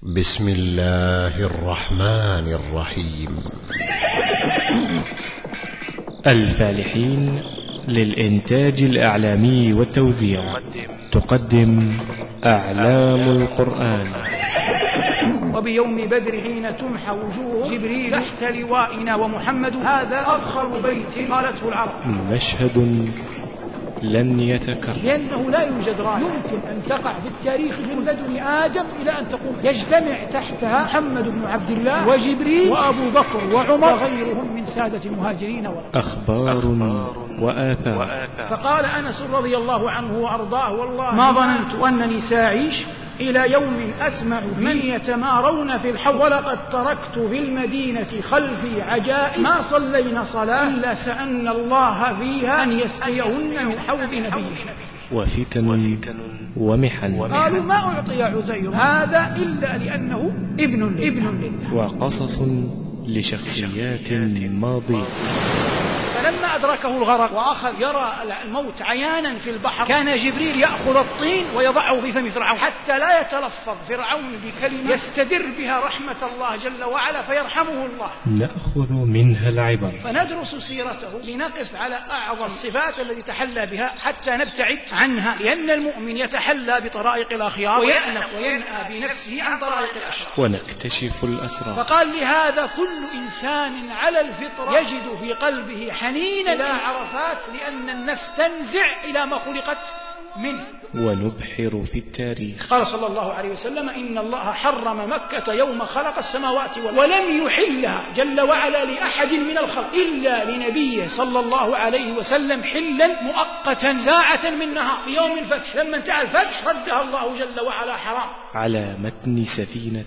بسم الله الرحمن الرحيم. الفالحين للإنتاج الإعلامي والتوزيع تقدم أعلام القرآن. وبيوم بدر حين تمحى وجوه جبريل تحت لوائنا ومحمد هذا أضخم بيت قالته العرب. مشهد لن يتكرر، لأنه لا يوجد راية يمكن أن تقع في التاريخ من لدن آدم إلى أن تقوم يجتمع تحتها محمد بن عبد الله وجبريل وأبو بكر وعمر وغيرهم من سادة المهاجرين أخبار وآثار. فقال أنس رضي الله عنه وأرضاه: والله ما ظننت أنني سأعيش إلى يوم أسمع من يتمارون في الحوض، ولقد تركت في المدينة خلفي عجائب ما صلينا صلاة إلا سألنا الله فيها أن يسقيهن من حوض نبيه. وفتن ومحن. قالوا: ما أعطي عزير هذا إلا لأنه ابن لله. وقصص لشخصيات ماضية. فلما أدركه الغرق وأخذ يرى الموت عيانا في البحر، كان جبريل يأخذ الطين ويضعه في فم فرعون حتى لا يتلفظ فرعون بكلمة يستدر بها رحمة الله جل وعلا فيرحمه الله. نأخذ منها العبر، فندرس سيرته لنقف على أعظم الصفات التي تحلى بها حتى نبتعد عنها، لأن المؤمن يتحلى بطرائق الأخيار ويأنف وينأى بنفسه عن طرائق الأشرار. ونكتشف الأسرار. فقال: لهذا كل إنسان على الفطرة يجد في قلبه حنينا إلى عرفات، لأن النفس تنزع إلى ما خلقت منه. ونبحر في التاريخ. قال صلى الله عليه وسلم: إن الله حرم مكة يوم خلق السماوات ولم يحلها جل وعلا لأحد من الخلق إلا لنبيه صلى الله عليه وسلم حلا مؤقتا ساعة من نهار في يوم الفتح. لما انتهى الفتح ردها الله جل وعلا حرام. على متن سفينة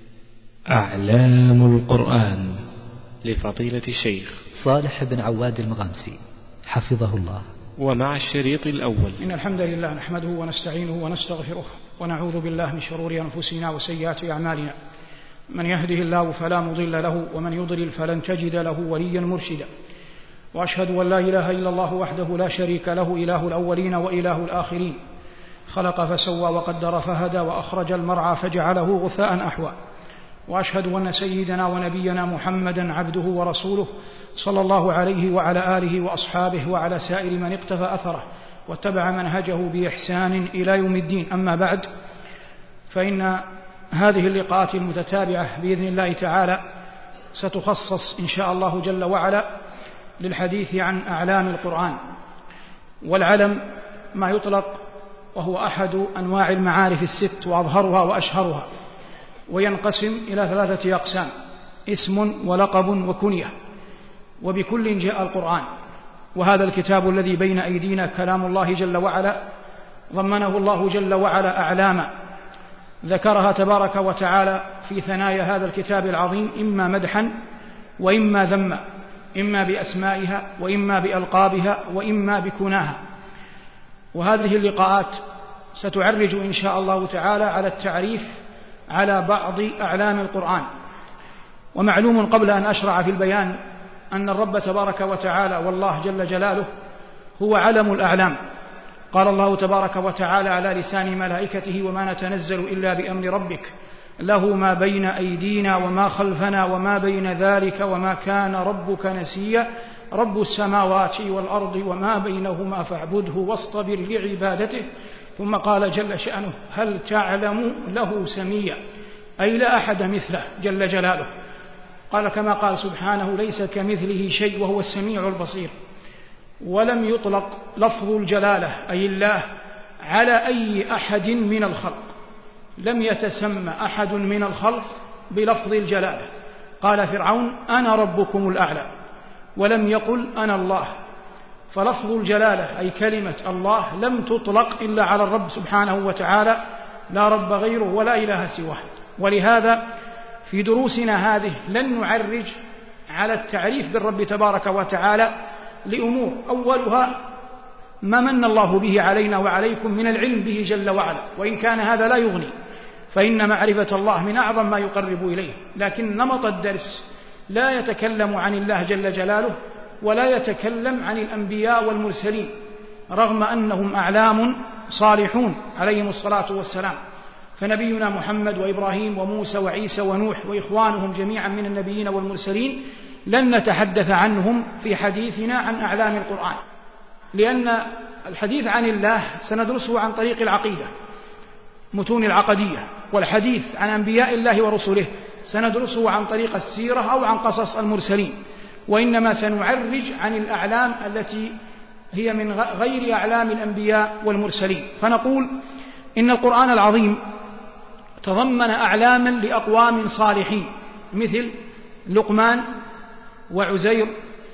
أعلام القرآن لفضيلة الشيخ صالح بن عواد المغامسي حفظه الله. ومع الشريط الأول. إن الحمد لله نحمده ونستعينه ونستغفره ونعوذ بالله من شرور أنفسنا وسيئات أعمالنا. من يهده الله فلا مضل له ومن يضلل فلن تجد له وليا مرشدا. وأشهد أن لا إله إلا الله وحده لا شريك له إله الأولين وإله الآخرين، خلق فسوى وقدر فهدى وأخرج المرعى فجعله غثاء أحوى. وأشهد أن سيدنا ونبينا محمدا عبده ورسوله صلى الله عليه وعلى آله وأصحابه وعلى سائر من اقتفى أثره واتبع منهجه بإحسان إلى يوم الدين. أما بعد، فإن هذه اللقاءات المتتابعة بإذن الله تعالى ستخصص إن شاء الله جل وعلا للحديث عن أعلام القرآن. والعلم ما يطلق وهو أحد أنواع المعارف الست وأظهرها وأشهرها، وينقسم إلى 3 أقسام: اسم ولقب وكنية. وبكل جاء القرآن، وهذا الكتاب الذي بين أيدينا كلام الله جل وعلا ضمنه الله جل وعلا أعلاما ذكرها تبارك وتعالى في ثنايا هذا الكتاب العظيم، إما مدحا وإما ذما، إما بأسمائها وإما بألقابها وإما بكناها. وهذه اللقاءات ستعرج إن شاء الله تعالى على التعريف على بعض أعلام القرآن. ومعلوم قبل أن أشرع في البيان أن الرب تبارك وتعالى والله جل جلاله هو علم الأعلام. قال الله تبارك وتعالى على لسان ملائكته: وما نتنزل إلا بأمر ربك له ما بين أيدينا وما خلفنا وما بين ذلك وما كان ربك نسيا رب السماوات والأرض وما بينهما فاعبده واصطبر لعبادته. ثم قال جل شأنه: هل تعلم له سميا، أي لا أحد مثله جل جلاله. قال كما قال سبحانه: ليس كمثله شيء وهو السميع البصير. ولم يطلق لفظ الجلالة أي الله على أي أحد من الخلق، لم يتسمى أحد من الخلق بلفظ الجلالة. قال فرعون: أنا ربكم الأعلى، ولم يقل أنا الله. فلفظ الجلالة أي كلمة الله لم تطلق إلا على الرب سبحانه وتعالى، لا رب غيره ولا إله سواه. ولهذا في دروسنا هذه لن نعرج على التعريف بالرب تبارك وتعالى لأمور: أولها ما من الله به علينا وعليكم من العلم به جل وعلا، وإن كان هذا لا يغني، فإن معرفة الله من أعظم ما يقرب إليه. لكن نمط الدرس لا يتكلم عن الله جل جلاله ولا يتكلم عن الأنبياء والمرسلين، رغم أنهم أعلام صالحون عليهم الصلاة والسلام. فنبينا محمد وإبراهيم وموسى وعيسى ونوح وإخوانهم جميعا من النبيين والمرسلين لن نتحدث عنهم في حديثنا عن أعلام القرآن، لأن الحديث عن الله سندرسه عن طريق العقيدة، متون العقدية، والحديث عن أنبياء الله ورسله سندرسه عن طريق السيرة أو عن قصص المرسلين، وإنما سنعرج عن الأعلام التي هي من غير أعلام الأنبياء والمرسلين. فنقول إن القرآن العظيم تضمن أعلاما لأقوام صالحين مثل لقمان وعزير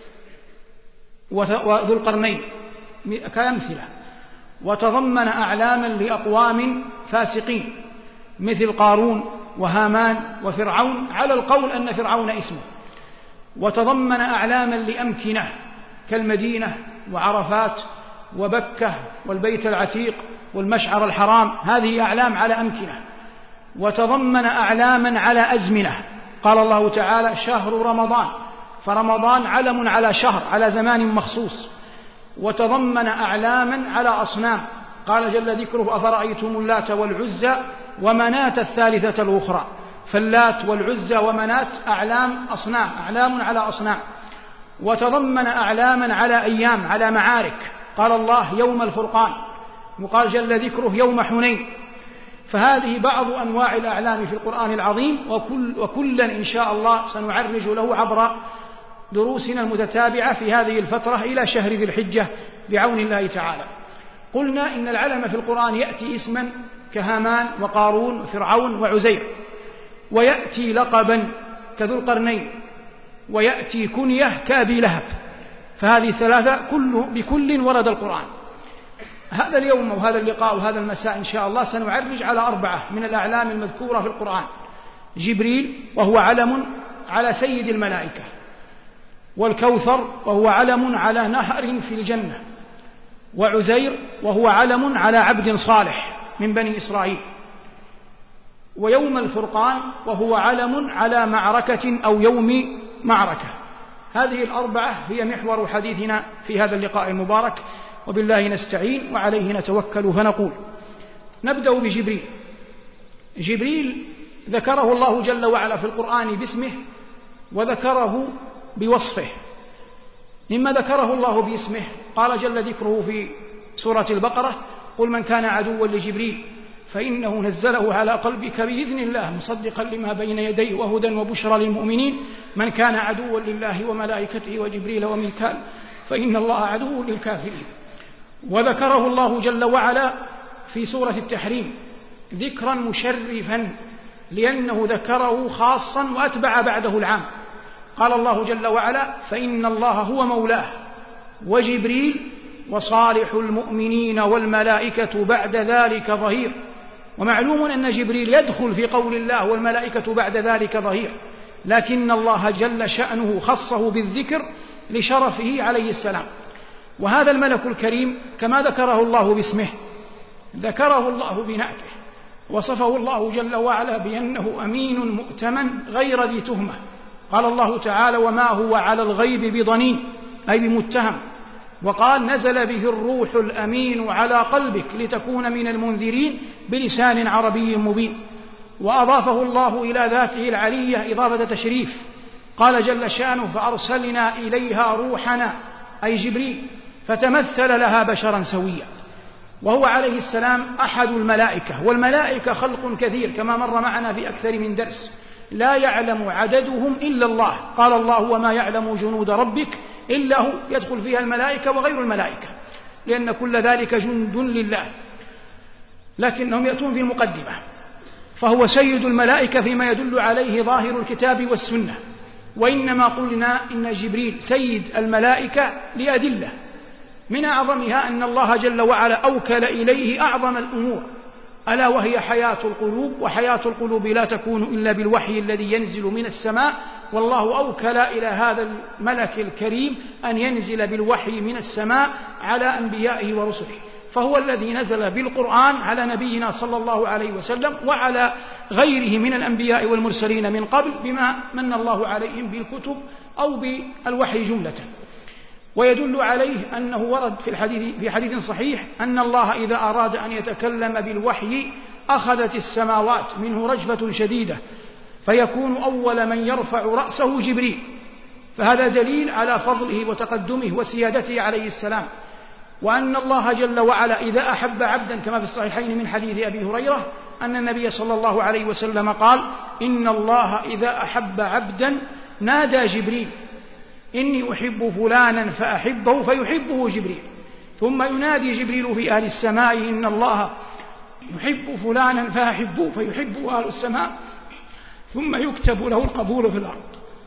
وذو القرنين كأمثلة، وتضمن أعلاما لأقوام فاسقين مثل قارون وهامان وفرعون، على القول أن فرعون اسمه، وتضمن أعلاما لأمكنة كالمدينة وعرفات وبكة والبيت العتيق والمشعر الحرام، هذه أعلام على أمكنة. وتضمن أعلاما على أزمنة، قال الله تعالى شهر رمضان، فرمضان علم على شهر على زمان مخصوص. وتضمن أعلاما على أصنام، قال جل ذكره أفرأيتم اللات والعزى ومناة الثالثة الأخرى، فاللات والعزى ومناة أعلام أصنام، أعلام على أصنام. وتضمن أعلاما على أيام على معارك، قال الله يوم الفرقان، وقال جل ذكره يوم حنين. فهذه بعض أنواع الأعلام في القرآن العظيم، وكلا إن شاء الله سنعرج له عبر دروسنا المتتابعة في هذه الفترة إلى شهر ذي الحجة بعون الله تعالى. قلنا إن العلم في القرآن يأتي اسما كهامان وقارون وفرعون وعزير، ويأتي لقبا كذو القرنين، ويأتي كنية كأبي لهب، فهذه الثلاثة بكل ورد القرآن. هذا اليوم وهذا اللقاء وهذا المساء إن شاء الله سنعرج على 4 من الأعلام المذكورة في القرآن: جبريل وهو علم على سيد الملائكة، والكوثر وهو علم على نهر في الجنة، وعزير وهو علم على عبد صالح من بني إسرائيل، ويوم الفرقان وهو علم على معركة أو يوم معركة. هذه ال4 هي محور حديثنا في هذا اللقاء المبارك، وبالله نستعين وعليه نتوكل. فنقول نبدأ بجبريل. جبريل ذكره الله جل وعلا في القرآن باسمه وذكره بوصفه. مما ذكره الله باسمه قال جل ذكره في سورة البقرة: قل من كان عدوا لجبريل فإنه نزله على قلبك بإذن الله مصدقا لما بين يديه وهدى وبشرى للمؤمنين من كان عدوا لله وملائكته وجبريل وميكال فإن الله عدو للكافرين. وذكره الله جل وعلا في سورة التحريم ذكرا مشرفا، لأنه ذكره خاصا وأتبع بعده العام. قال الله جل وعلا: فإن الله هو مولاه وجبريل وصالح المؤمنين والملائكة بعد ذلك ظهير. ومعلوم أن جبريل يدخل في قول الله والملائكة بعد ذلك ظهير، لكن الله جل شأنه خصه بالذكر لشرفه عليه السلام. وهذا الملك الكريم كما ذكره الله باسمه ذكره الله بنعته، وصفه الله جل وعلا بأنه أمين مؤتمن غير ذي تهمة. قال الله تعالى: وما هو على الغيب بضنين، أي بمتهم. وقال: نزل به الروح الأمين على قلبك لتكون من المنذرين بلسان عربي مبين. وأضافه الله إلى ذاته العلية إضافة تشريف، قال جل شأنه: فأرسلنا إليها روحنا، أي جبريل، فتمثل لها بشرا سويا. وهو عليه السلام أحد الملائكة، والملائكة خلق كثير كما مر معنا في أكثر من درس، لا يعلم عددهم إلا الله. قال الله: وما يعلم جنود ربك إلا هو، يدخل فيها الملائكة وغير الملائكة، لأن كل ذلك جند لله، لكنهم يأتون في المقدمة. فهو سيد الملائكة فيما يدل عليه ظاهر الكتاب والسنة. وإنما قلنا إن جبريل سيد الملائكة لأدلة، من أعظمها أن الله جل وعلا أوكل إليه أعظم الأمور، ألا وهي حياة القلوب، وحياة القلوب لا تكون إلا بالوحي الذي ينزل من السماء. والله أوكل إلى هذا الملك الكريم أن ينزل بالوحي من السماء على أنبيائه ورسله، فهو الذي نزل بالقرآن على نبينا صلى الله عليه وسلم وعلى غيره من الأنبياء والمرسلين من قبل بما من الله عليهم بالكتب أو بالوحي جملة. ويدل عليه أنه ورد في حديث صحيح أن الله إذا أراد أن يتكلم بالوحي أخذت السماوات منه رجفة شديدة فيكون أول من يرفع رأسه جبريل، فهذا دليل على فضله وتقدمه وسيادته عليه السلام، وأن الله جل وعلا إذا أحب عبدا كما في الصحيحين من حديث أبي هريرة أن النبي صلى الله عليه وسلم قال: إن الله إذا أحب عبدا نادى جبريل إني أحب فلانا فأحبه فيحبه جبريل، ثم ينادي جبريل في أهل السماء إن الله يحب فلانا فأحبه فيحبه أهل السماء، ثم يكتب له القبول في الأرض.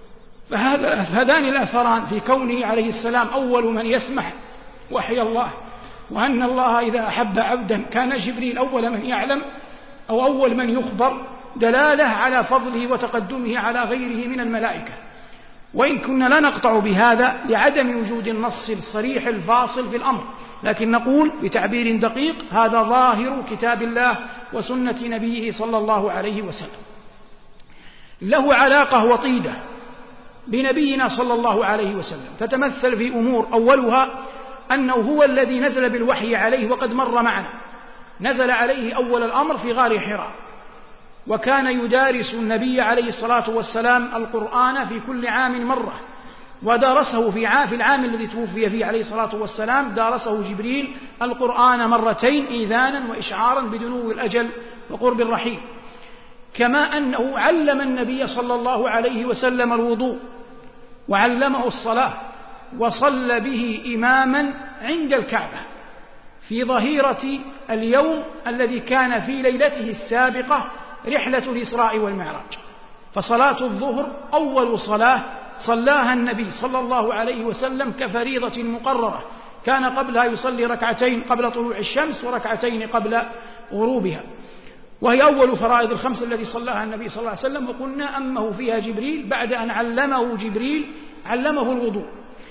فهذان الأثران في كونه عليه السلام أول من يسمح وحي الله، وأن الله إذا أحب عبدا كان جبريل أول من يعلم أو أول من يخبر، دلالة على فضله وتقدمه على غيره من الملائكة. وإن كنا لا نقطع بهذا لعدم وجود النص الصريح الفاصل في الأمر، لكن نقول بتعبير دقيق هذا ظاهر كتاب الله وسنة نبيه صلى الله عليه وسلم. له علاقة وطيدة بنبينا صلى الله عليه وسلم تتمثل في أمور، أولها أنه هو الذي نزل بالوحي عليه وقد مر معنا، نزل عليه أول الأمر في غار حراء، وكان يدارس النبي عليه الصلاة والسلام القرآن في كل عام مرة، ودارسه في العام الذي توفي فيه عليه الصلاة والسلام دارسه جبريل القرآن مرتين إيذانا وإشعارا بدنو الأجل وقرب الرحيل. كما أنه علم النبي صلى الله عليه وسلم الوضوء وعلمه الصلاة، وصلى به إماما عند الكعبة في ظهيرة اليوم الذي كان في ليلته السابقة رحلة الإسراء والمعراج. فصلاة الظهر أول صلاة صلاها النبي صلى الله عليه وسلم كفريضة مقررة، كان قبلها يصلي ركعتين قبل طلوع الشمس وركعتين قبل غروبها، وهي أول فرائض الخمس التي صلاها النبي صلى الله عليه وسلم. وقلنا أمه فيها جبريل بعد أن علمه جبريل علمه الوضوء.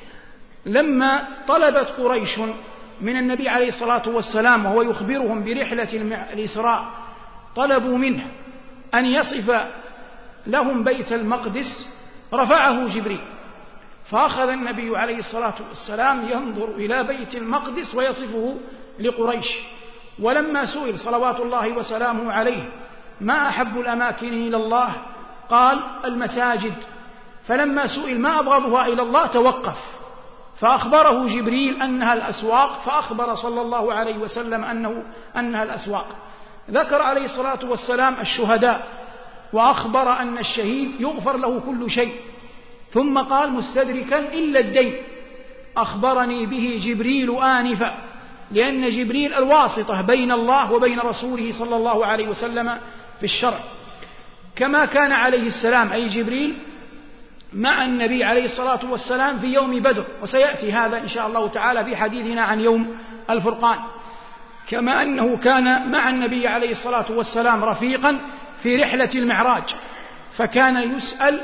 لما طلبت قريش من النبي عليه الصلاة والسلام وهو يخبرهم برحلة الإسراء، طلبوا منه أن يصف لهم بيت المقدس، رفعه جبريل، فأخذ النبي عليه الصلاة والسلام ينظر إلى بيت المقدس ويصفه لقريش. ولما سئل صلوات الله وسلامه عليه ما أحب الأماكن إلى الله قال المساجد، فلما سئل ما أبغضها إلى الله توقف، فأخبره جبريل أنها الأسواق، فأخبر صلى الله عليه وسلم أنها الأسواق. ذكر عليه الصلاة والسلام الشهداء، وأخبر أن الشهيد يغفر له كل شيء، ثم قال مستدركا إلا الدين، أخبرني به جبريل آنفا، لأن جبريل الواسطة بين الله وبين رسوله صلى الله عليه وسلم في الشرع. كما كان عليه السلام أي جبريل مع النبي عليه الصلاة والسلام في يوم بدر، وسيأتي هذا إن شاء الله تعالى في حديثنا عن يوم الفرقان. كما أنه كان مع النبي عليه الصلاة والسلام رفيقا في رحلة المعراج، فكان يسأل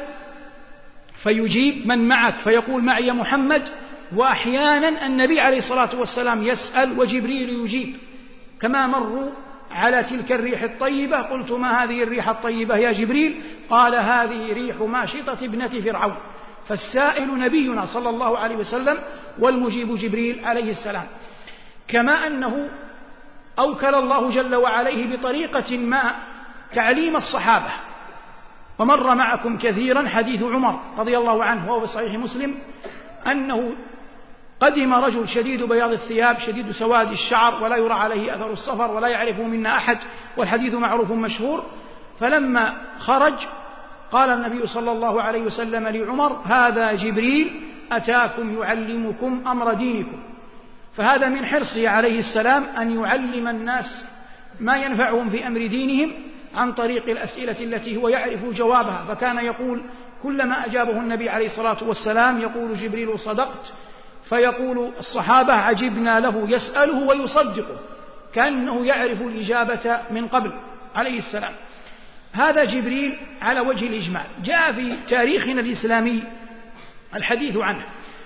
فيجيب من معك فيقول معي محمد، وأحيانا النبي عليه الصلاة والسلام يسأل وجبريل يجيب. كما مروا على تلك الريح الطيبة قلت ما هذه الريح الطيبة يا جبريل؟ قال هذه ريح ماشطة ابنة فرعون. فالسائل نبينا صلى الله عليه وسلم والمجيب جبريل عليه السلام. كما أنه أوكل الله جل وعليه بطريقة ما تعليم الصحابة، ومر معكم كثيرا حديث عمر رضي الله عنه وهو في صحيح مسلم أنه قدم رجل شديد بياض الثياب شديد سواد الشعر ولا يرى عليه أثر السفر ولا يعرفه منا أحد، والحديث معروف مشهور. فلما خرج قال النبي صلى الله عليه وسلم لعمر هذا جبريل أتاكم يعلمكم أمر دينكم. فهذا من حرصه عليه السلام أن يعلم الناس ما ينفعهم في أمر دينهم عن طريق الأسئلة التي هو يعرف جوابها. فكان يقول كلما أجابه النبي عليه الصلاة والسلام يقول جبريل صدقت، فيقول الصحابة عجبنا له يسأله ويصدقه، كأنه يعرف الإجابة من قبل عليه السلام. هذا جبريل على وجه الإجمال. جاء في تاريخنا الإسلامي الحديث عنه.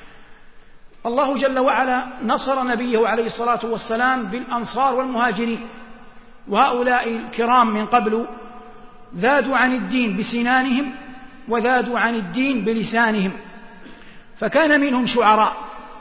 الله جل وعلا نصر نبيه عليه الصلاة والسلام بالأنصار والمهاجرين، وهؤلاء الكرام من قبل ذادوا عن الدين بسنانهم وذادوا عن الدين بلسانهم، فكان منهم شعراء،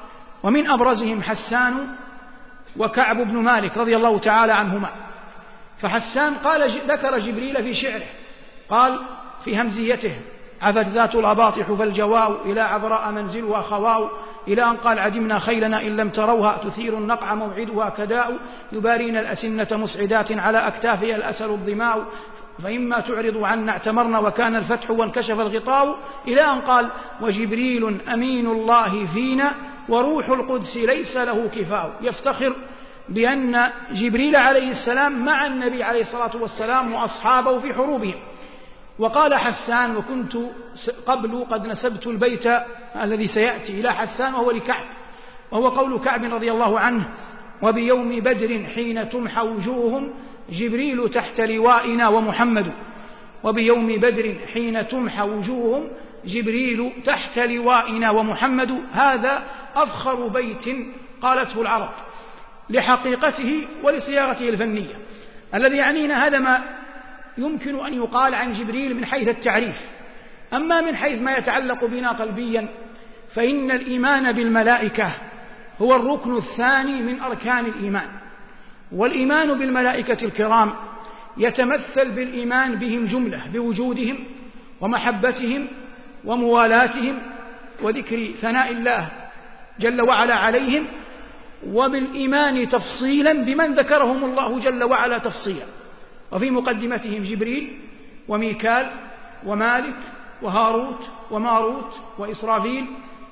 ومن أبرزهم حسان وكعب بن مالك رضي الله تعالى عنهما. فحسان قال ذكر جبريل في شعره، قال في همزيته: عفت ذات الأباطح فالجواو إلى عذراء منزلها خواو، إلى أن قال: عدمنا خيلنا إن لم تروها تثير النقع موعدها كداء، يبارين الأسنة مسعدات على أكتافها الأسل الظماء، فإما تعرض عنا اعتمرنا وكان الفتح وانكشف الغطاء، إلى أن قال: وجبريل أمين الله فينا وروح القدس ليس له كفاء. يفتخر بأن جبريل عليه السلام مع النبي عليه الصلاة والسلام وأصحابه في حروبهم. وقال حسان: وكنت قبل قد نسبت البيت الذي سيأتي إلى حسان وهو لكعب، وهو قول كعب رضي الله عنه: وبيوم بدر حين تمحى وجوههم جبريل تحت لوائنا ومحمد. وبيوم بدر حين تمحى وجوههم جبريل تحت لوائنا ومحمد. هذا أفخر بيت قالته العرب لحقيقته ولصياغته الفنية. الذي يعنينا هذا ما يمكن أن يقال عن جبريل من حيث التعريف. أما من حيث ما يتعلق بنا قلبيا، فإن الإيمان بالملائكة هو الركن الثاني من أركان الإيمان. والإيمان بالملائكة الكرام يتمثل بالإيمان بهم جملة، بوجودهم ومحبتهم وموالاتهم وذكر ثناء الله جل وعلا عليهم، وبالإيمان تفصيلا بمن ذكرهم الله جل وعلا تفصيلا، وفي مقدمتهم جبريل وميكال ومالك وهاروت وماروت وإسرافيل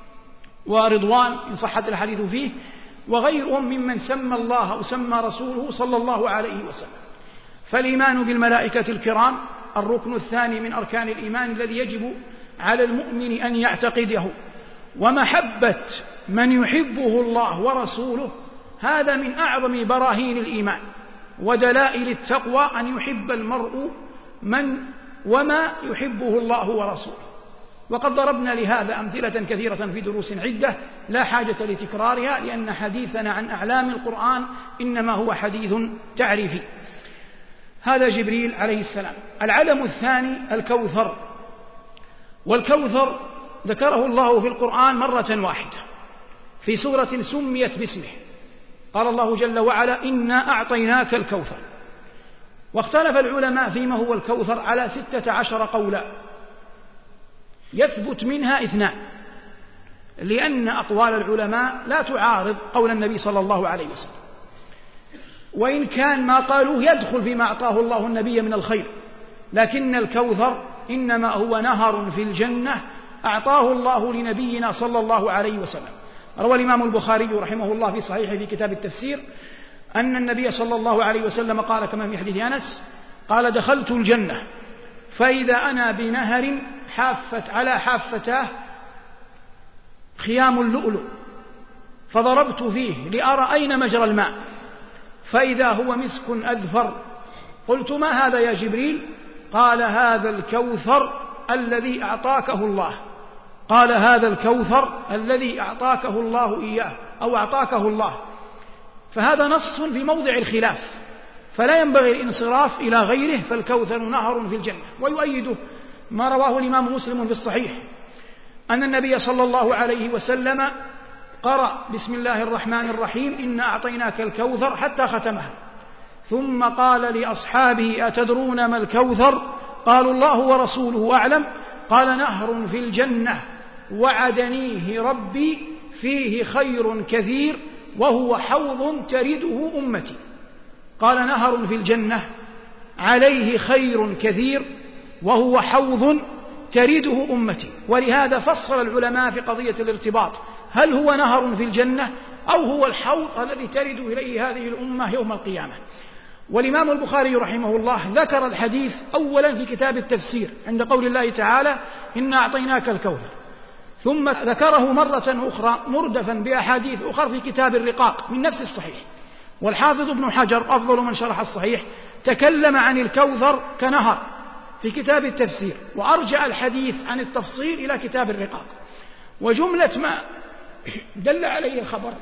ورضوان إن صحت الحديث فيه، وغيرهم ممن سمى الله وسمى رسوله صلى الله عليه وسلم. فالإيمان بالملائكة الكرام الركن الثاني من أركان الإيمان الذي يجب على المؤمن أن يعتقده. ومحبة من يحبه الله ورسوله هذا من أعظم براهين الإيمان ودلائل التقوى، أن يحب المرء من وما يحبه الله ورسوله. وقد ضربنا لهذا أمثلة كثيرة في دروس عدة لا حاجة لتكرارها، لأن حديثنا عن أعلام القرآن إنما هو حديث تعريفي. هذا جبريل عليه السلام. العلم الثاني الكوثر، والكوثر ذكره الله في القرآن مرة واحدة في سورة سميت باسمه. قال الله جل وعلا: إنا أعطيناك الكوثر. واختلف العلماء فيما هو الكوثر على 16 قولا، يثبت منها 2، لأن أقوال العلماء لا تعارض قول النبي صلى الله عليه وسلم، وإن كان ما قالوه يدخل فيما أعطاه الله النبي من الخير، لكن الكوثر إنما هو نهر في الجنة أعطاه الله لنبينا صلى الله عليه وسلم. روى الإمام البخاري رحمه الله في صحيحه في كتاب التفسير أن النبي صلى الله عليه وسلم قال كما في حديث أنس قال: دخلت الجنة فإذا أنا بنهر حافت على حافتاه خيام اللؤلؤ، فضربت فيه لأرى أين مجرى الماء، فإذا هو مسك أذفر. قلت: ما هذا يا جبريل؟ قال: هذا الكوثر الذي أعطاكه الله. قال: هذا الكوثر الذي أعطاكه الله إياه أو أعطاكه الله. فهذا نص في موضع الخلاف، فلا ينبغي الانصراف إلى غيره، فالكوثر نهر في الجنة. ويؤيده ما رواه الإمام مسلم في الصحيح أن النبي صلى الله عليه وسلم قرأ بسم الله الرحمن الرحيم إنا أعطيناك الكوثر حتى ختمها، ثم قال لأصحابه: أتدرون ما الكوثر؟ قالوا: الله ورسوله أعلم. قال: نهر في الجنة وعدنيه ربي فيه خير كثير وهو حوض ترده أمتي. قال: نهر في الجنة عليه خير كثير وهو حوض ترده أمتي. ولهذا فصل العلماء في قضية الارتباط، هل هو نهر في الجنة أو هو الحوض الذي ترد إليه هذه الأمة يوم القيامة. والإمام البخاري رحمه الله ذكر الحديث أولا في كتاب التفسير عند قول الله تعالى: إنا أعطيناك الكوثر، ثم ذكره مرة أخرى مردفا بأحاديث أخرى في كتاب الرقاق من نفس الصحيح. والحافظ ابن حجر أفضل من شرح الصحيح تكلم عن الكوثر كنهر في كتاب التفسير، وأرجع الحديث عن التفصيل إلى كتاب الرقاق. وجملة ما دل عليه الخبر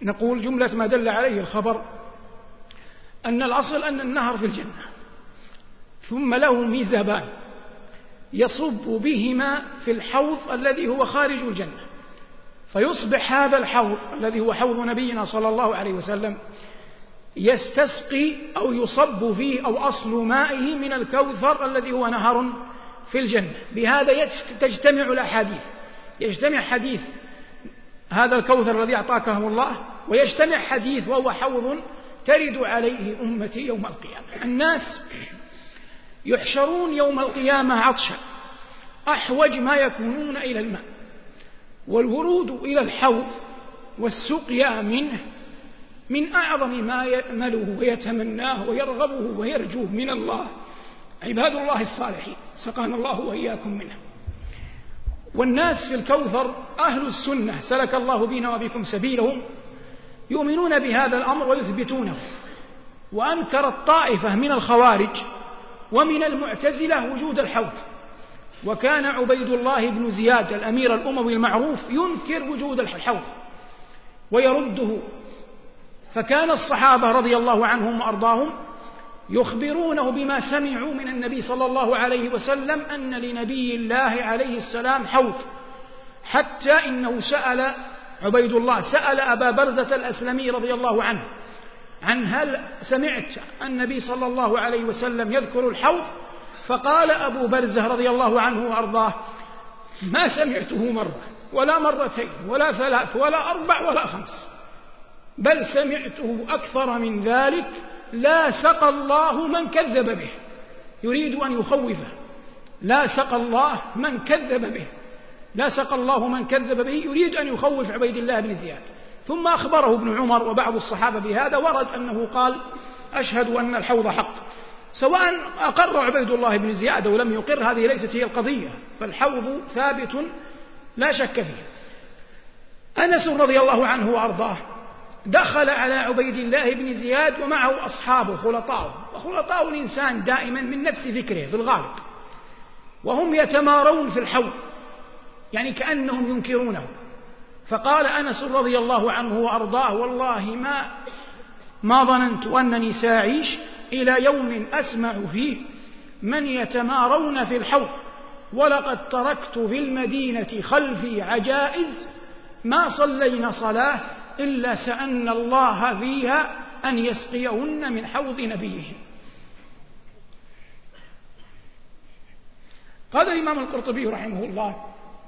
نقول جملة ما دل عليه الخبر أن الأصل أن النهر في الجنة، ثم له ميزابان يصب بهما في الحوض الذي هو خارج الجنة، فيصبح هذا الحوض الذي هو حوض نبينا صلى الله عليه وسلم يستسقي أو يصب فيه أو أصل مائه من الكوثر الذي هو نهر في الجنة. بهذا تجتمع الأحاديث، يجتمع حديث هذا الكوثر الذي أعطاكه الله، ويجتمع حديث وهو حوض ترد عليه أمتي يوم القيامة. الناس يحشرون يوم القيامة عطشا أحوج ما يكونون إلى الماء، والورود إلى الحوض والسقيا منه من أعظم ما يأمله ويتمناه ويرغبه ويرجوه من الله عباد الله الصالحين، سقانا الله وإياكم منه. والناس في الكوثر أهل السنة سلك الله بنا وبكم سبيلهم يؤمنون بهذا الأمر ويثبتونه. وأنكر الطائفة من الخوارج ومن المعتزلة وجود الحوض، وكان عبيد الله بن زياد الأمير الأموي المعروف ينكر وجود الحوض ويرده. فكان الصحابة رضي الله عنهم وأرضاهم يخبرونه بما سمعوا من النبي صلى الله عليه وسلم أن لنبي الله عليه السلام حوض، حتى إنه سأل عبيد الله سأل أبا برزة الأسلمي رضي الله عنه عن هل سمعت النبي صلى الله عليه وسلم يذكر الحوض؟ فقال أبو برزة رضي الله عنه وأرضاه ما سمعته مرة ولا مرتين ولا ثلاث ولا أربع ولا خمس، بل سمعته أكثر من ذلك، لا سقى الله من كذب به. يريد أن يخوفه، لا سقى الله من كذب به، لا سقى الله من كذب به، يريد أن يخوف عبيد الله بن زياد. ثم أخبره ابن عمر وبعض الصحابة بهذا، ورد أنه قال أشهد أن الحوض حق. سواء أقر عبيد الله بن زياد ولم يقر، هذه ليست هي القضية، فالحوض ثابت لا شك فيه. أنس رضي الله عنه وأرضاه دخل على عبيد الله بن زياد ومعه أصحابه خلطاؤه، وخلطاء الإنسان دائما من نفس فكره في الغالب، وهم يتمارون في الحوض يعني كأنهم ينكرونه. فقال أنس رضي الله عنه وأرضاه والله ما ظننت أنني سأعيش إلى يوم أسمع فيه من يتمارون في الحوض، ولقد تركت في المدينة خلفي عجائز ما صلينا صلاة إلا سألنا الله فيها أن يسقيهن من حوض نبيه. قال الإمام القرطبي رحمه الله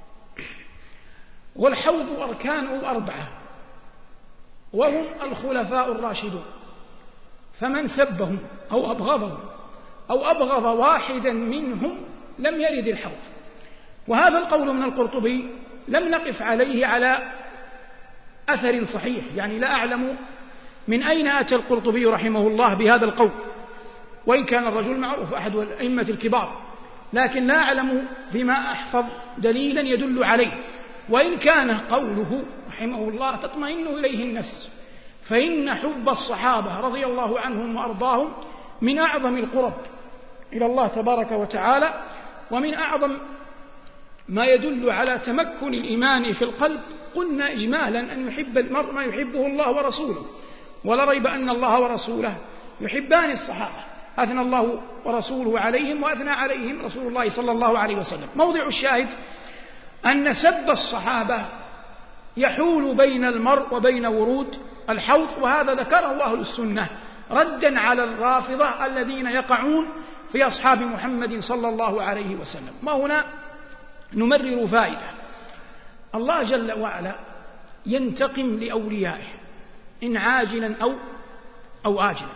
والحوض أركانه 4، وهم الخلفاء الراشدون، فمن سبهم أو أبغضهم أو أبغض واحدا منهم لم يرد الحوض. وهذا القول من القرطبي لم نقف عليه على أثر صحيح، يعني لا أعلم من أين أتى القرطبي رحمه الله بهذا القول، وإن كان الرجل معروف أحد الأئمة الكبار، لكن لا أعلم فيما أحفظ دليلا يدل عليه. وإن كان قوله رحمه الله تطمئن إليه النفس، فإن حب الصحابة رضي الله عنهم وأرضاهم من أعظم القرب إلى الله تبارك وتعالى، ومن أعظم ما يدل على تمكن الإيمان في القلب. قلنا إجمالا أن يحب المرء ما يحبه الله ورسوله، ولا ريب أن الله ورسوله يحبان الصحابة، أثنى الله ورسوله عليهم وأثنى عليهم رسول الله صلى الله عليه وسلم. موضع الشاهد أن سب الصحابة يحول بين المرء وبين ورود الحوض، وهذا ذكره أهل السنة ردا على الرافضة الذين يقعون في أصحاب محمد صلى الله عليه وسلم. وهنا نمرر فائدة: الله جل وعلا ينتقم لأوليائه إن عاجلا أو آجلا.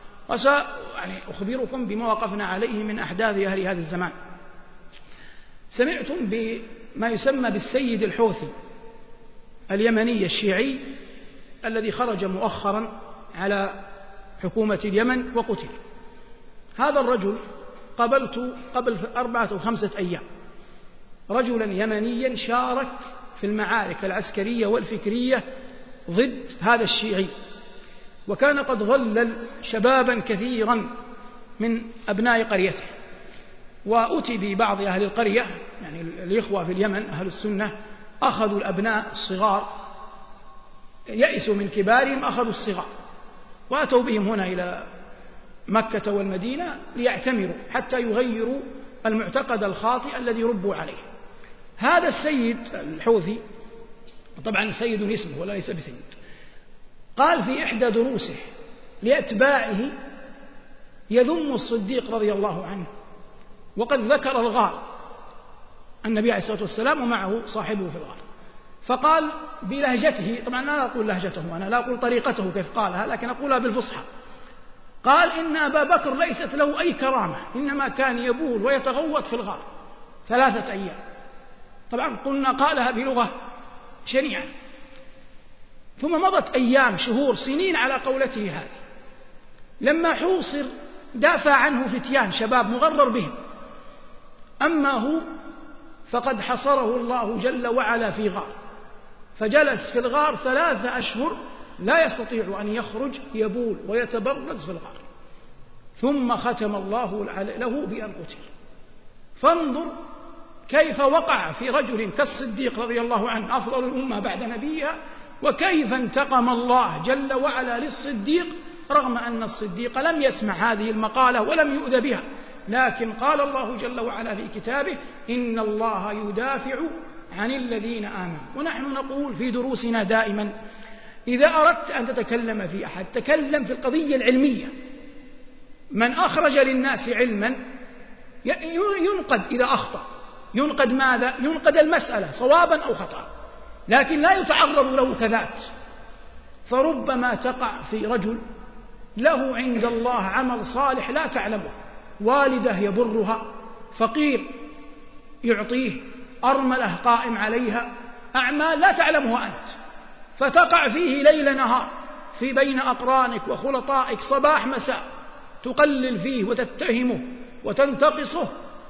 أخبركم بما وقفنا عليه من أحداث أهل هذا الزمان. سمعتم بما يسمى بالسيد الحوثي اليمني الشيعي الذي خرج مؤخرا على حكومة اليمن وقتل. هذا الرجل قابلت قبل 4 أو 5 أيام رجلا يمنيا شارك في المعارك العسكرية والفكرية ضد هذا الشيعي، وكان قد ظلل شبابا كثيرا من أبناء قريته، وأتي ببعض أهل القرية يعني الإخوة في اليمن أهل السنة أخذوا الأبناء الصغار يئسوا من كبارهم أخذوا الصغار وأتوا بهم هنا إلى مكة والمدينة ليعتمروا حتى يغيروا المعتقد الخاطئ الذي ربوا عليه. هذا السيد الحوثي، طبعا سيد اسمه ولا ليس بسيد، قال في إحدى دروسه لأتباعه يذم الصديق رضي الله عنه، وقد ذكر الغار، النبي عليه الصلاة والسلام ومعه صاحبه في الغار، فقال بلهجته، طبعا لا أقول لهجته أنا، لا أقول طريقته كيف قالها، لكن أقولها بالفصحى، قال إن أبا بكر ليست له أي كرامة، إنما كان يبول ويتغوط في الغار 3 أيام. طبعا قلنا قالها بلغة شنيعة. ثم مضت أيام، شهور، سنين على قولته هذه. لما حوصر دافع عنه فتيان شباب مغرر بهم، أما هو فقد حصره الله جل وعلا في غار، فجلس في الغار 3 أشهر لا يستطيع أن يخرج، يبول ويتبرز في الغار، ثم ختم الله له بأن قتل. فانظر كيف وقع في رجل كالصديق رضي الله عنه أفضل الأمة بعد نبيها، وكيف انتقم الله جل وعلا للصديق رغم أن الصديق لم يسمع هذه المقالة ولم يؤذى بها، لكن قال الله جل وعلا في كتابه إن الله يدافع عن الذين آمنوا. ونحن نقول في دروسنا دائما إذا أردت أن تتكلم في أحد تكلم في القضية العلمية. من أخرج للناس علما ينقد إذا أخطأ، ينقد ماذا؟ ينقد المسألة صوابا أو خطأ، لكن لا يتعرض له كذات. فربما تقع في رجل له عند الله عمل صالح لا تعلمه، والده يبرها، فقير يعطيه، أرملة قائم عليها، أعمال لا تعلمها أنت، فتقع فيه ليل نهار في بين أقرانك وخلطائك صباح مساء، تقلل فيه وتتهمه وتنتقصه،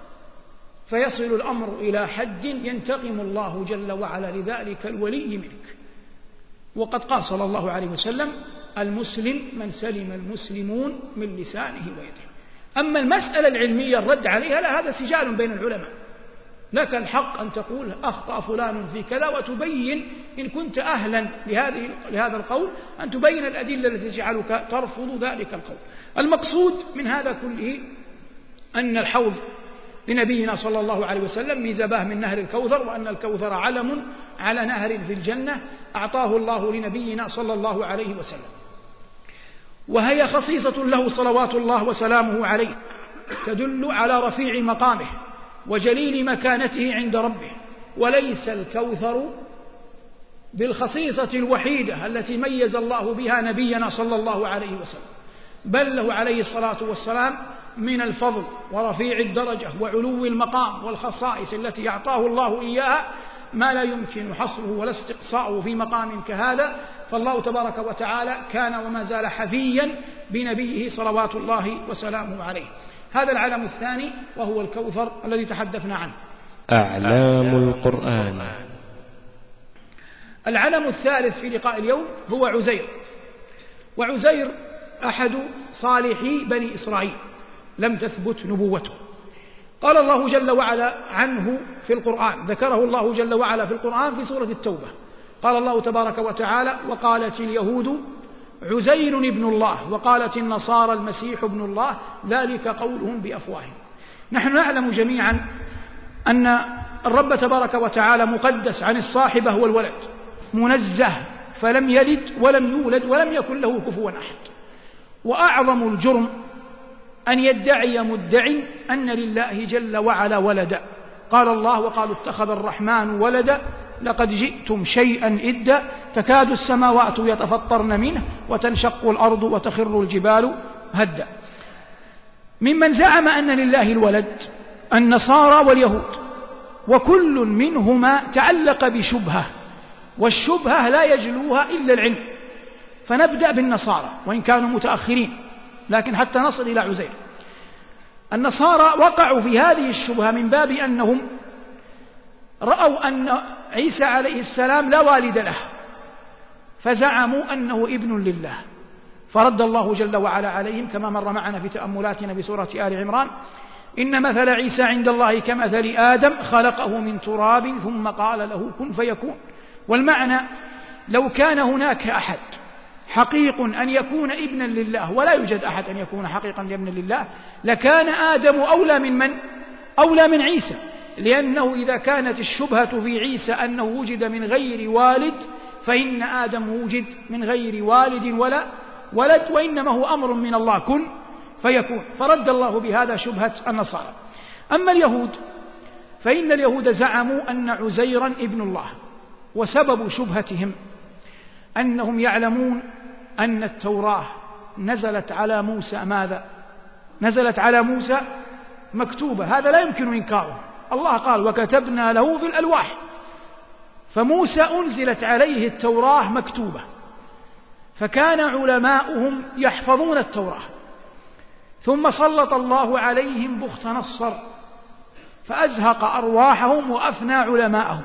فيصل الأمر إلى حد ينتقم الله جل وعلا لذلك الولي منك. وقد قال صلى الله عليه وسلم المسلم من سلم المسلمون من لسانه ويده. أما المسألة العلمية الرد عليها لا، هذا سجال بين العلماء، لك الحق أن تقول أخطأ فلان في كذا، وتبين إن كنت أهلا لهذا القول أن تبين الأدلة التي تجعلك ترفض ذلك القول. المقصود من هذا كله أن الحوض لنبينا صلى الله عليه وسلم ميزباه من نهر الكوثر، وأن الكوثر علم على نهر في الجنة أعطاه الله لنبينا صلى الله عليه وسلم، وهي خصيصة له صلوات الله وسلامه عليه، تدل على رفيع مقامه وجليل مكانته عند ربه. وليس الكوثر بالخصيصة الوحيدة التي ميز الله بها نبينا صلى الله عليه وسلم، بل له عليه الصلاة والسلام من الفضل ورفيع الدرجة وعلو المقام والخصائص التي أعطاه الله إياها ما لا يمكن حصره ولا استقصاؤه في مقام كهذا. فالله تبارك وتعالى كان وما زال حفيا بنبيه صلوات الله وسلامه عليه. هذا العلم الثاني وهو الكوثر الذي تحدثنا عنه. أعلام القرآن. العلم الثالث في لقاء اليوم هو عزير. وعزير أحد صالحي بني إسرائيل لم تثبت نبوته. قال الله جل وعلا عنه في القرآن، ذكره الله جل وعلا في القرآن في سورة التوبة، قال الله تبارك وتعالى وقالت اليهود عزير ابن الله وقالت النصارى المسيح ابن الله ذلك قولهم بأفواههم. نحن نعلم جميعا أن الرب تبارك وتعالى مقدس عن الصاحبة والولد، منزه، فلم يلد ولم يولد ولم يكن له كفوا أحد. وأعظم الجرم أن يدعي مدعي أن لله جل وعلا ولدا. قال الله وقالوا اتخذ الرحمن ولدا لقد جئتم شيئا إدا تكاد السماوات يتفطرن منه وتنشق الأرض وتخر الجبال هدا. ممن زعم أن لله الولد النصارى واليهود، وكل منهما تعلق بشبهة، والشبهة لا يجلوها إلا العلم. فنبدأ بالنصارى وإن كانوا متأخرين، لكن حتى نصل إلى عزير. النصارى وقعوا في هذه الشبهة من باب أنهم رأوا أن عيسى عليه السلام لا والد له، فزعموا أنه ابن لله، فرد الله جل وعلا عليهم كما مر معنا في تأملاتنا بسورة آل عمران إن مثل عيسى عند الله كمثل آدم خلقه من تراب ثم قال له كن فيكون. والمعنى لو كان هناك أحد حقيق أن يكون ابنا لله ولا يوجد أحد أن يكون حقيقا ابنا لله لكان آدم أولى من من؟ أولى من عيسى، لأنه إذا كانت الشبهة في عيسى أنه وجد من غير والد فإن آدم وجد من غير والد ولا ولد، وإنما هو أمر من الله كن فيكون، فرد الله بهذا شبهة النصارى. أما اليهود فإن اليهود زعموا أن عزيرا ابن الله، وسبب شبهتهم أنهم يعلمون أن التوراة نزلت على موسى ماذا؟ نزلت على موسى مكتوبة، هذا لا يمكن إنكاره، الله قال وكتبنا له في الألواح، فموسى أنزلت عليه التوراة مكتوبة، فكان علماؤهم يحفظون التوراة، ثم سلط الله عليهم بخت نصر فأزهق أرواحهم وأفنى علماءهم،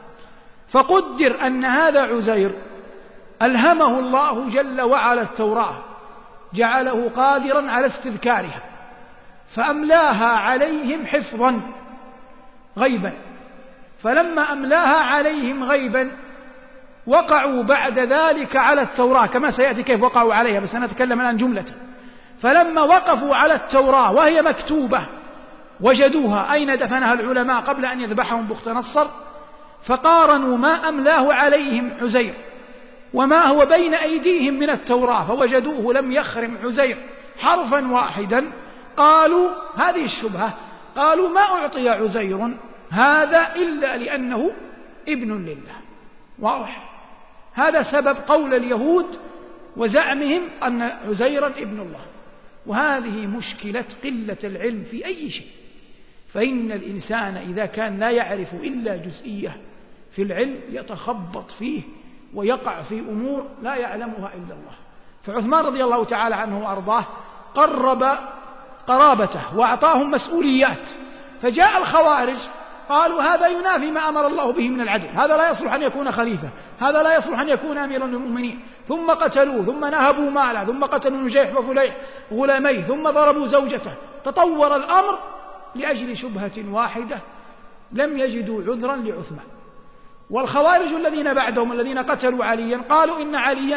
فقدر أن هذا عزير ألهمه الله جل وعلا التوراة، جعله قادرا على استذكارها، فأملاها عليهم حفظا غيبا، فلما أملاها عليهم غيبا وقعوا بعد ذلك على التوراة، كما سيأتي كيف وقعوا عليها، بس أنا أتكلم الآن جملة. فلما وقفوا على التوراة وهي مكتوبة وجدوها أين دفنها العلماء قبل أن يذبحهم بخت نصر، فقارنوا ما أملاه عليهم عزير وما هو بين أيديهم من التوراة فوجدوه لم يخرم عزير حرفا واحدا، قالوا هذه الشبهة، قالوا ما أعطي عزير هذا إلا لأنه ابن لله. واضح؟ هذا سبب قول اليهود وزعمهم أن عزيرا ابن الله، وهذه مشكلة قلة العلم في أي شيء، فإن الإنسان إذا كان لا يعرف إلا جزئية في العلم يتخبط فيه ويقع في أمور لا يعلمها إلا الله. فعثمان رضي الله تعالى عنه وأرضاه قرب قرابته وأعطاهم مسؤوليات، فجاء الخوارج قالوا هذا ينافي ما أمر الله به من العدل، هذا لا يصلح أن يكون خليفة، هذا لا يصلح أن يكون أميرا للمؤمنين، ثم قتلوه، ثم نهبوا ماله، ثم قتلوا نجيح وفليح غلاميه، ثم ضربوا زوجته، تطور الأمر لأجل شبهة واحدة لم يجدوا عذرا لعثمان. والخوارج الذين بعدهم الذين قتلوا عليا قالوا إن عليا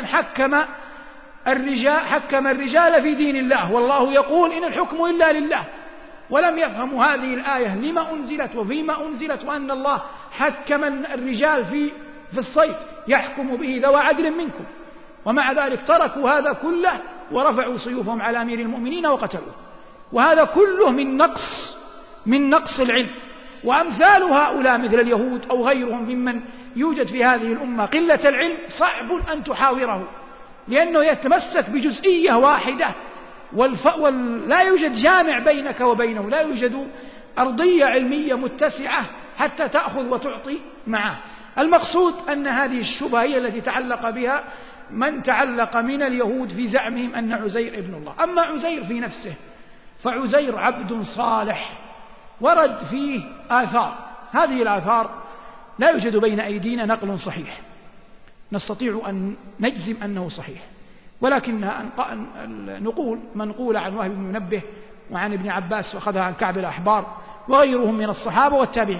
حكم الرجال في دين الله، والله يقول إن الحكم إلا لله، ولم يفهموا هذه الآية لما أنزلت وفيما أنزلت، وأن الله حكم الرجال في الصيد يحكم به ذوى عدل منكم، ومع ذلك تركوا هذا كله ورفعوا سيوفهم على أمير المؤمنين وقتلوه. وهذا كله من نقص العلم. وأمثال هؤلاء مثل اليهود أو غيرهم ممن يوجد في هذه الأمة قلة العلم صعب أن تحاوره، لأنه يتمسك بجزئية واحدة لا يوجد جامع بينك وبينه، لا يوجد أرضية علمية متسعة حتى تأخذ وتعطي معه. المقصود أن هذه الشبهة هي التي تعلق بها من تعلق من اليهود في زعمهم أن عزير ابن الله. أما عزير في نفسه فعزير عبد صالح ورد فيه آثار، هذه الآثار لا يوجد بين أيدينا نقل صحيح نستطيع أن نجزم أنه صحيح، ولكنها نقول منقولة عن وهب بن منبه وعن ابن عباس وأخذها عن كعب الأحبار وغيرهم من الصحابة والتابعين.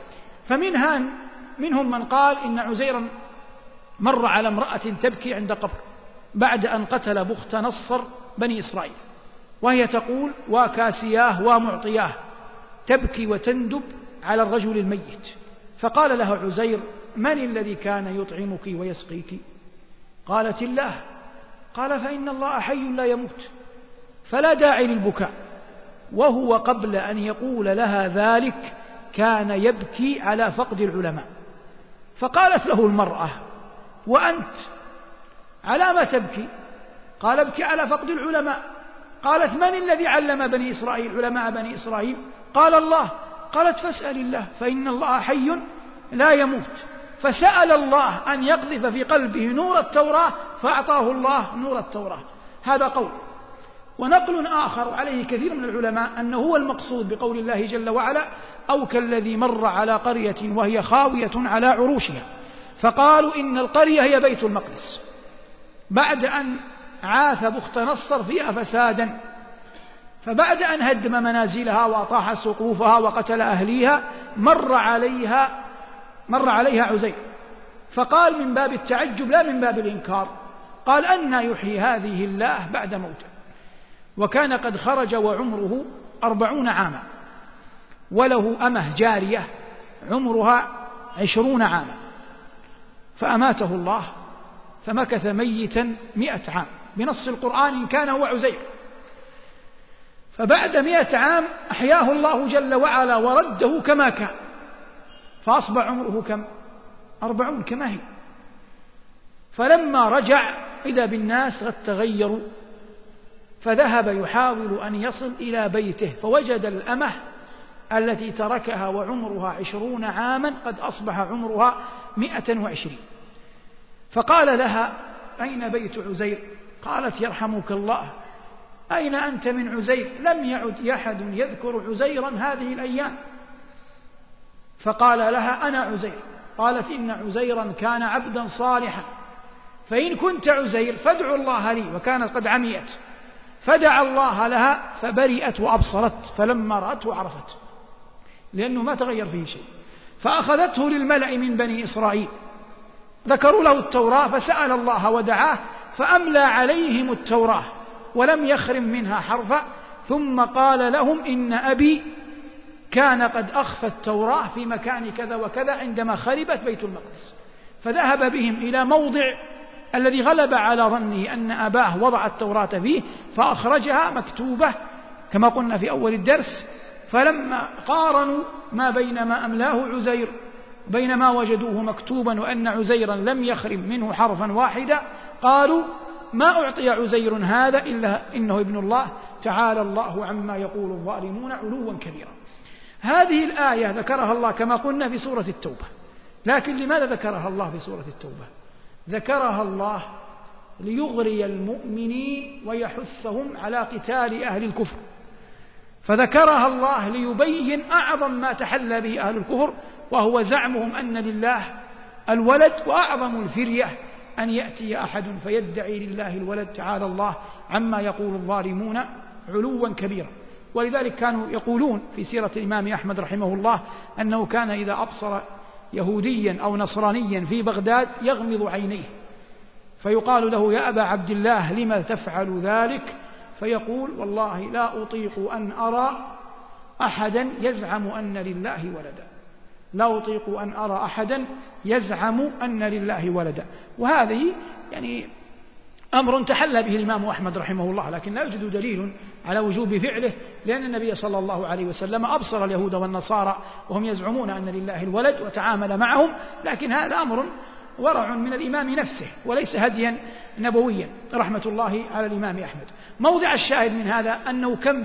منهم من قال إن عزيرا مر على امرأة تبكي عند قبر بعد أن قتل بخت نصر بني إسرائيل، وهي تقول وكاسياه ومعطياه، تبكي وتندب على الرجل الميت، فقال لها عزير من الذي كان يطعمك ويسقيك؟ قالت الله. قال فإن الله حي لا يموت فلا داعي للبكاء. وهو قبل أن يقول لها ذلك كان يبكي على فقد العلماء، فقالت له المرأة وأنت على ما تبكي؟ قال ابكي على فقد العلماء. قالت من الذي علم بني إسرائيل علماء بني إسرائيل؟ قال الله. قالت فاسأل الله فإن الله حي لا يموت، فسأل الله أن يقذف في قلبه نور التوراة فأعطاه الله نور التوراة. هذا قول. ونقل آخر عليه كثير من العلماء أنه هو المقصود بقول الله جل وعلا أو كالذي مر على قرية وهي خاوية على عروشها، فقالوا إن القرية هي بيت المقدس بعد أن عاث بخت نصر فيها فسادا، فبعد أن هدم منازلها وأطاح سقوفها وقتل أهليها مر عليها عزير، فقال من باب التعجب لا من باب الإنكار، قال أنى يحيي هذه الله بعد موته، وكان قد خرج وعمره 40 عاما، وله أمه جارية عمرها 20 عاما، فأماته الله فمكث ميتا 100 عام بنص القرآن إن كان هو عزير. فبعد 100 عام أحياه الله جل وعلا ورده كما كان، فأصبح عمره كم؟ 40 كما هي. فلما رجع إذا بالناس قد تغيروا، فذهب يحاول أن يصل إلى بيته، فوجد الأمة التي تركها وعمرها 20 عاما قد أصبح عمرها 120. فقال لها: أين بيت عزير؟ قالت: يرحمك الله، أين أنت من عزير؟ لم يعد أحد يذكر عزيرا هذه الأيام. فقال لها: أنا عزير. قالت: إن عزيرا كان عبدا صالحا، فإن كنت عزير فادعوا الله لي. وكانت قد عميت، فدعا الله لها فبرئت وأبصرت، فلما رأته عرفت، لأنه ما تغير فيه شيء. فأخذته للملأ من بني إسرائيل، ذكروا له التوراة، فسأل الله ودعاه فأملى عليهم التوراة ولم يخرم منها حرفا، ثم قال لهم: إن أبي كان قد أخفى التوراة في مكان كذا وكذا عندما خربت بيت المقدس. فذهب بهم إلى موضع الذي غلب على ظنه أن أباه وضع التوراة فيه، فأخرجها مكتوبة كما قلنا في أول الدرس. فلما قارنوا ما بين ما أملاه عزير بين ما وجدوه مكتوبا وأن عزيرا لم يخرم منه حرفا واحدا، قالوا: ما أعطي عزير هذا إلا إنه ابن الله، تعالى الله عما يقول الظالمون علوا كبيرا. هذه الآية ذكرها الله كما قلنا في سورة التوبة، لكن لماذا ذكرها الله في سورة التوبة؟ ذكرها الله ليغري المؤمنين ويحثهم على قتال أهل الكفر، فذكرها الله ليبين أعظم ما تحلى به أهل الكفر، وهو زعمهم أن لله الولد، وأعظم الفرية أن يأتي أحد فيدعي لله الولد، تعالى الله عما يقول الظالمون علوا كبيرا. ولذلك كانوا يقولون في سيرة الإمام أحمد رحمه الله أنه كان إذا أبصر يهوديا أو نصرانيا في بغداد يغمض عينيه، فيقال له: يا أبا عبد الله لما تفعل ذلك؟ فيقول: والله لا أطيق أن أرى أحدا يزعم أن لله ولدا، لا أطيق أن أرى أحدا يزعم أن لله ولدا. وهذه يعني أمر تحلى به الإمام أحمد رحمه الله، لكن لا يوجد دليل على وجوب فعله، لأن النبي صلى الله عليه وسلم أبصر اليهود والنصارى وهم يزعمون أن لله الولد وتعامل معهم، لكن هذا أمر ورع من الإمام نفسه وليس هديا نبويا رحمة الله على الإمام أحمد. موضع الشاهد من هذا أنه كم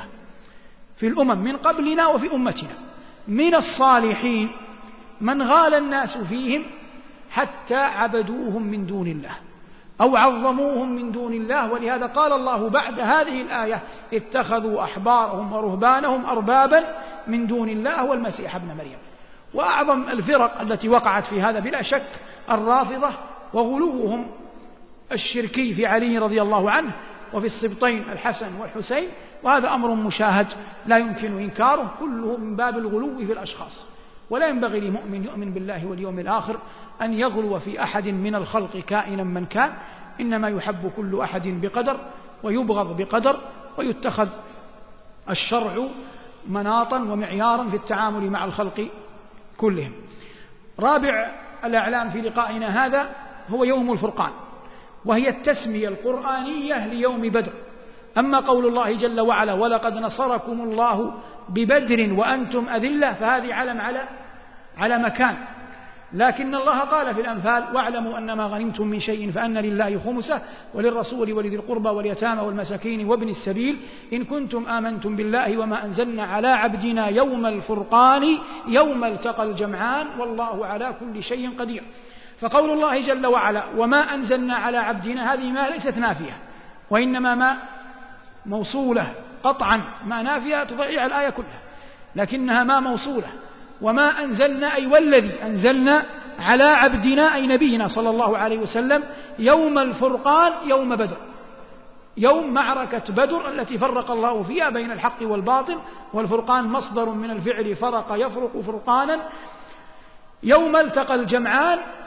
في الأمم من قبلنا وفي أمتنا من الصالحين من غال الناس فيهم حتى عبدوهم من دون الله أو عظموهم من دون الله. ولهذا قال الله بعد هذه الآية: اتخذوا أحبارهم ورهبانهم أربابا من دون الله والمسيح ابن مريم. وأعظم الفرق التي وقعت في هذا بلا شك الرافضة وغلوهم الشركي في علي رضي الله عنه وفي السبطين الحسن والحسين، وهذا أمر مشاهد لا يمكن إنكاره، كله من باب الغلو في الأشخاص. ولا ينبغي لمؤمن يؤمن بالله واليوم الآخر أن يغلو في أحد من الخلق كائنا من كان، إنما يحب كل أحد بقدر ويبغض بقدر، ويتخذ الشرع مناطا ومعيارا في التعامل مع الخلق كلهم. رابع الأعلام في لقائنا هذا هو يوم الفرقان، وهي التسمية القرآنية ليوم بدر. أما قول الله جل وعلا: ولقد نصركم الله ببدر وأنتم أذلة، فهذه علم على مكان، لكن الله قال في الأنفال: واعلموا أنما غنمتم من شيء فأن لله خمسه وللرسول ولذي القربى واليتامى والمساكين وابن السبيل إن كنتم آمنتم بالله وما أنزلنا على عبدنا يوم الفرقان يوم التقى الجمعان والله على كل شيء قدير. فقول الله جل وعلا: وما أنزلنا على عبدنا، هذه ما ليست نافية، وإنما ما موصولة قطعا، ما نافية تضيع الآية كلها، لكنها ما موصولة. وما أنزلنا أي والذي أنزلنا على عبدنا أي نبينا صلى الله عليه وسلم يوم الفرقان يوم بدر، يوم معركة بدر التي فرق الله فيها بين الحق والباطل، والفرقان مصدر من الفعل فرق يفرق فرقانا. يوم التقى الجمعان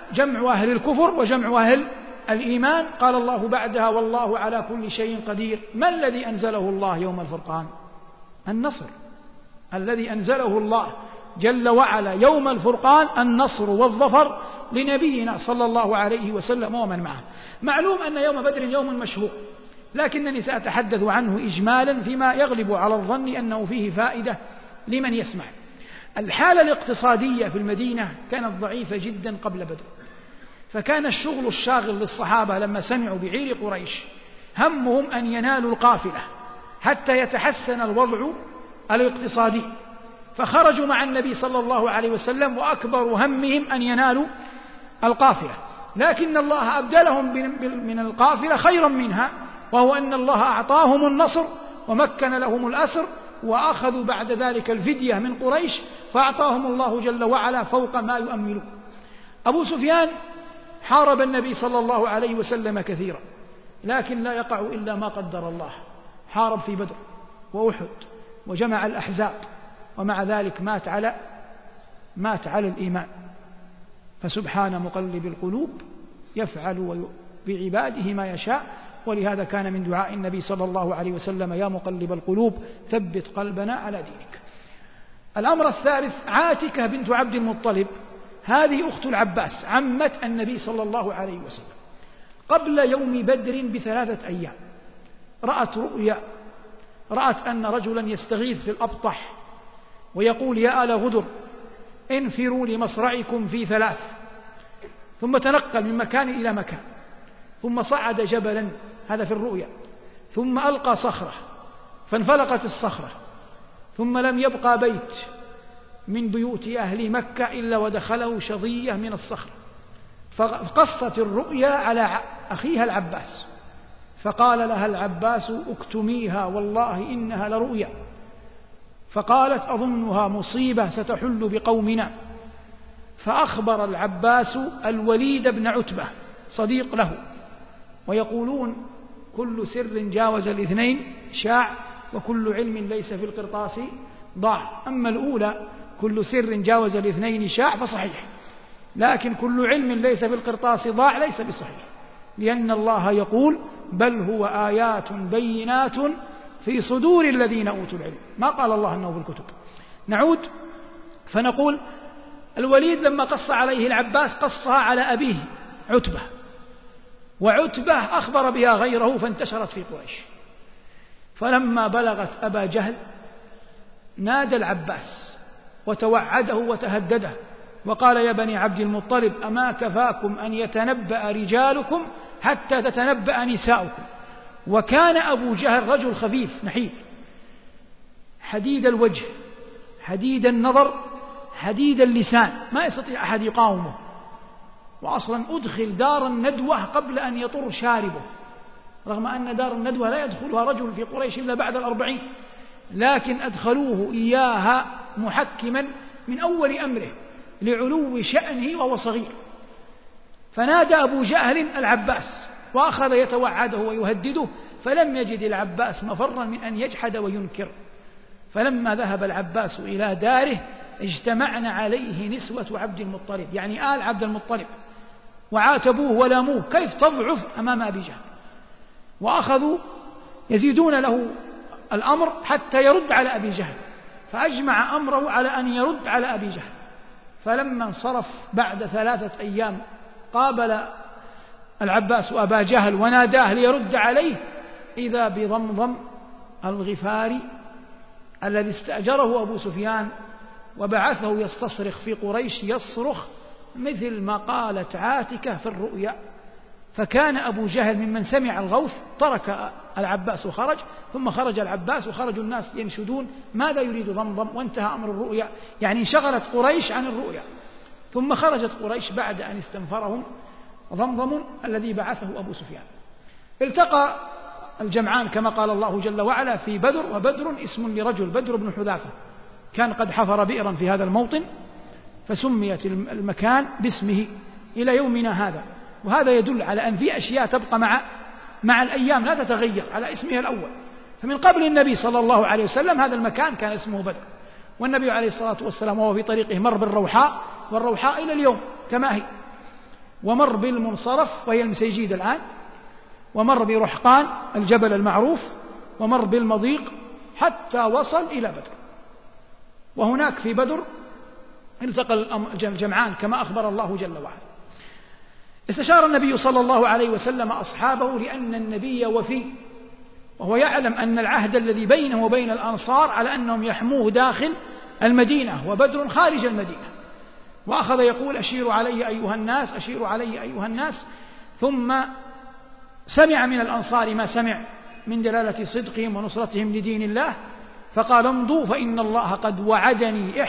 جمع أهل الكفر وجمع أهل الإيمان. قال الله بعدها والله على كل شيء قدير. ما الذي أنزله الله يوم الفرقان؟ النصر. الذي أنزله الله جل وعلا يوم الفرقان النصر والظفر لنبينا صلى الله عليه وسلم ومن معه. معلوم أن يوم بدر يوم مشهور، لكنني سأتحدث عنه إجمالا فيما يغلب على الظن أنه فيه فائدة لمن يسمع. الحالة الاقتصادية في المدينة كانت ضعيفة جدا قبل بدر، فكان الشغل الشاغل للصحابة لما سمعوا بعير قريش همهم أن ينالوا القافلة حتى يتحسن الوضع الاقتصادي، فخرجوا مع النبي صلى الله عليه وسلم وأكبر همهم أن ينالوا القافلة، لكن الله أبدلهم من القافلة خيرا منها، وهو أن الله أعطاهم النصر ومكن لهم الأسر، وأخذوا بعد ذلك الفدية من قريش فأعطاهم الله جل وعلا فوق ما يؤملون. أبو سفيان حارب النبي صلى الله عليه وسلم كثيرا، لكن لا يقع إلا ما قدر الله. حارب في بدر وأحد وجمع الأحزاب، ومع ذلك مات على الإيمان. فسبحان مقلب القلوب يفعل بعباده ما يشاء، ولهذا كان من دعاء النبي صلى الله عليه وسلم يا مقلب القلوب ثبت قلبنا على دينك. الأمر الثالث عاتكة بنت عبد المطلب، هذه أخت العباس عمة النبي صلى الله عليه وسلم. قبل يوم بدر ب3 أيام رأت رؤيا، رأت أن رجلا يستغيث في الأبطح ويقول يا آل غدر انفروا لمصرعكم في 3، ثم تنقل من مكان إلى مكان، ثم صعد جبلا، هذا في الرؤيا، ثم ألقى صخرة فانفلقت الصخرة، ثم لم يبقى بيت من بيوت أهل مكة إلا ودخله شظية من الصخرة. فقصت الرؤيا على أخيها العباس، فقال لها العباس اكتميها والله إنها لرؤيا. فقالت أظنها مصيبة ستحل بقومنا. فأخبر العباس الوليد بن عتبة صديق له، ويقولون كل سر جاوز 2 شاع، وكل علم ليس في القرطاس ضاع. أما الأولى كل سر جاوز 2 شاع فصحيح، لكن كل علم ليس في القرطاس ضاع ليس بصحيح، لأن الله يقول بل هو آيات بينات في صدور الذين أوتوا العلم، ما قال الله أنه في الكتب. نعود فنقول الوليد لما قص عليه العباس قصها على أبيه عتبة، وعتبة أخبر بها غيره فانتشرت في قريش. فلما بلغت أبا جهل نادى العباس وتوعده وتهدده وقال يا بني عبد المطلب أما كفاكم أن يتنبأ رجالكم حتى تتنبأ نساؤكم. وكان أبو جهل رجل خفيف نحيف حديد الوجه حديد النظر حديد اللسان، ما يستطيع أحد يقاومه، وأصلا أدخل دار الندوة قبل أن يطر شاربه، رغم أن دار الندوة لا يدخلها رجل في قريش إلا بعد 40، لكن أدخلوه إياها محكما من أول أمره لعلو شأنه وهو صغير. فنادى أبو جهل العباس وأخذ يتوعده ويهدده، فلم يجد العباس مفرا من أن يجحد وينكر. فلما ذهب العباس إلى داره اجتمعنا عليه نسوة عبد المطلب، يعني آل عبد المطلب، وعاتبوه ولاموه كيف تضعف أمام أبي جهل، وأخذوا يزيدون له الأمر حتى يرد على أبي جهل، فأجمع أمره على أن يرد على أبي جهل. فلما انصرف بعد 3 أيام قابل العباس أبا جهل وناداه ليرد عليه، إذا بضمضم الغفاري الذي استأجره أبو سفيان وبعثه يستصرخ في قريش، يصرخ مثل ما قالت عاتكة في الرؤيا. فكان أبو جهل ممن سمع الغوث، ترك العباس وخرج، ثم خرج العباس وخرجوا الناس ينشدون ماذا يريد ضمضم، وانتهى أمر الرؤيا، يعني انشغلت قريش عن الرؤيا. ثم خرجت قريش بعد أن استنفرهم ضمضم الذي بعثه أبو سفيان. التقى الجمعان كما قال الله جل وعلا في بدر، وبدر اسم لرجل بدر بن حذافة كان قد حفر بئرا في هذا الموطن، فسميت المكان باسمه إلى يومنا هذا. وهذا يدل على أن في أشياء تبقى مع الأيام لا تتغير على اسمها الأول. فمن قبل النبي صلى الله عليه وسلم هذا المكان كان اسمه بدر، والنبي عليه الصلاة والسلام وهو في طريقه مر بالروحاء، والروحاء إلى اليوم كما هي. ومر بالمنصرف وهي المسيجيد الآن، ومر برحقان الجبل المعروف، ومر بالمضيق حتى وصل إلى بدر. وهناك في بدر التقى الجمعان كما أخبر الله جل وعلا. استشار النبي صلى الله عليه وسلم أصحابه لأن النبي وفي، وهو يعلم أن العهد الذي بينه وبين الأنصار على أنهم يحموه داخل المدينة وبدر خارج المدينة. وأخذ يقول أشيروا علي أيها الناس، أشيروا علي أيها الناس. ثم سمع من الأنصار ما سمع من دلالة صدقهم ونصرتهم لدين الله، فقال امضوا فإن الله قد وعدني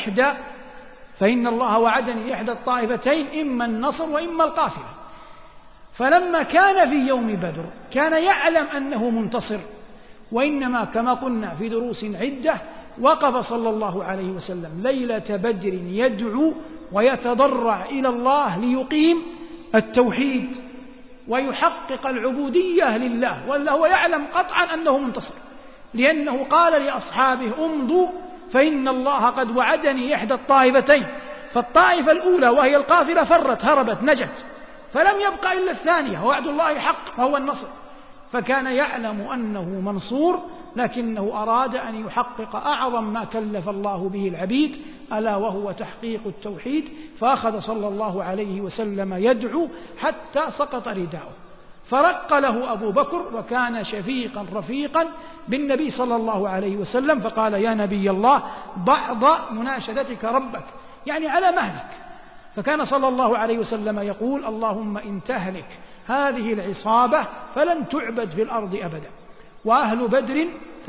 إحدى الطائفتين إما النصر وإما القافلة. فلما كان في يوم بدر كان يعلم أنه منتصر، وإنما كما قلنا في دروس عدة وقف صلى الله عليه وسلم ليلة بدر يدعو ويتضرع إلى الله ليقيم التوحيد ويحقق العبودية لله، وهو يعلم قطعا أنه منتصر، لأنه قال لأصحابه امضوا فإن الله قد وعدني إحدى الطائفتين. فالطائفة الأولى وهي القافلة فرت هربت نجت، فلم يبقى إلا الثانية، ووعد الله حق وهو النصر. فكان يعلم أنه منصور، لكنه أراد أن يحقق أعظم ما كلف الله به العبيد، ألا وهو تحقيق التوحيد. فأخذ صلى الله عليه وسلم يدعو حتى سقط رداؤه، فرق له أبو بكر وكان شفيقا رفيقا بالنبي صلى الله عليه وسلم، فقال يا نبي الله بعض مناشدتك ربك، يعني على مهلك. فكان صلى الله عليه وسلم يقول اللهم إن تهلك هذه العصابة فلن تعبد في الأرض أبدا. وأهل بدر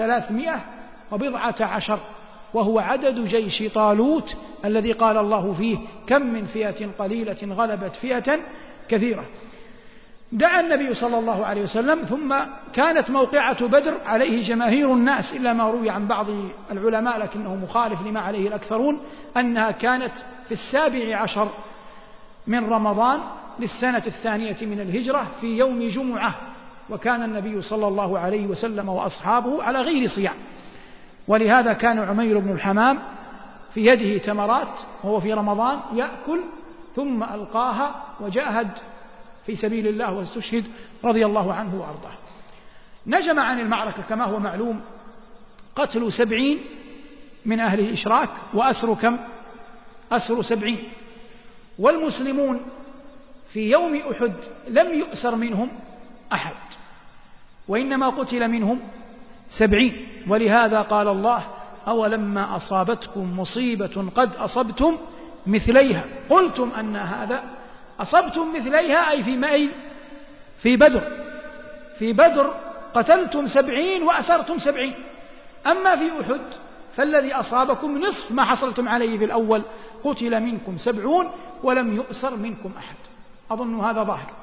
310، وهو عدد جيش طالوت الذي قال الله فيه كم من فئة قليلة غلبت فئة كثيرة. دعا النبي صلى الله عليه وسلم، ثم كانت موقعة بدر عليه جماهير الناس إلا ما روي عن بعض العلماء لكنه مخالف لما عليه الأكثرون، أنها كانت في 17 من رمضان للسنة 2 من الهجرة في يوم جمعة، وكان النبي صلى الله عليه وسلم وأصحابه على غير صيام، ولهذا كان عمير بن الحمام في يده تمرات وهو في رمضان يأكل ثم ألقاها وجاهد في سبيل الله واستشهد رضي الله عنه وأرضاه. نجم عن المعركة كما هو معلوم قتل 70 من أهل الإشراك وأسر كم؟ أسر 70. والمسلمون في يوم أحد لم يؤسر منهم أحد، وإنما قتل منهم 70. ولهذا قال الله أولما أصابتكم مصيبة قد أصبتم مثليها قلتم أن هذا. أصبتم مثليها أي في بدر. في بدر قتلتم 70 وأسرتم 70. أما في أحد فالذي أصابكم نصف ما حصلتم عليه في الأول، قتل منكم 70 ولم يؤسر منكم أحد. أظن هذا ظاهر.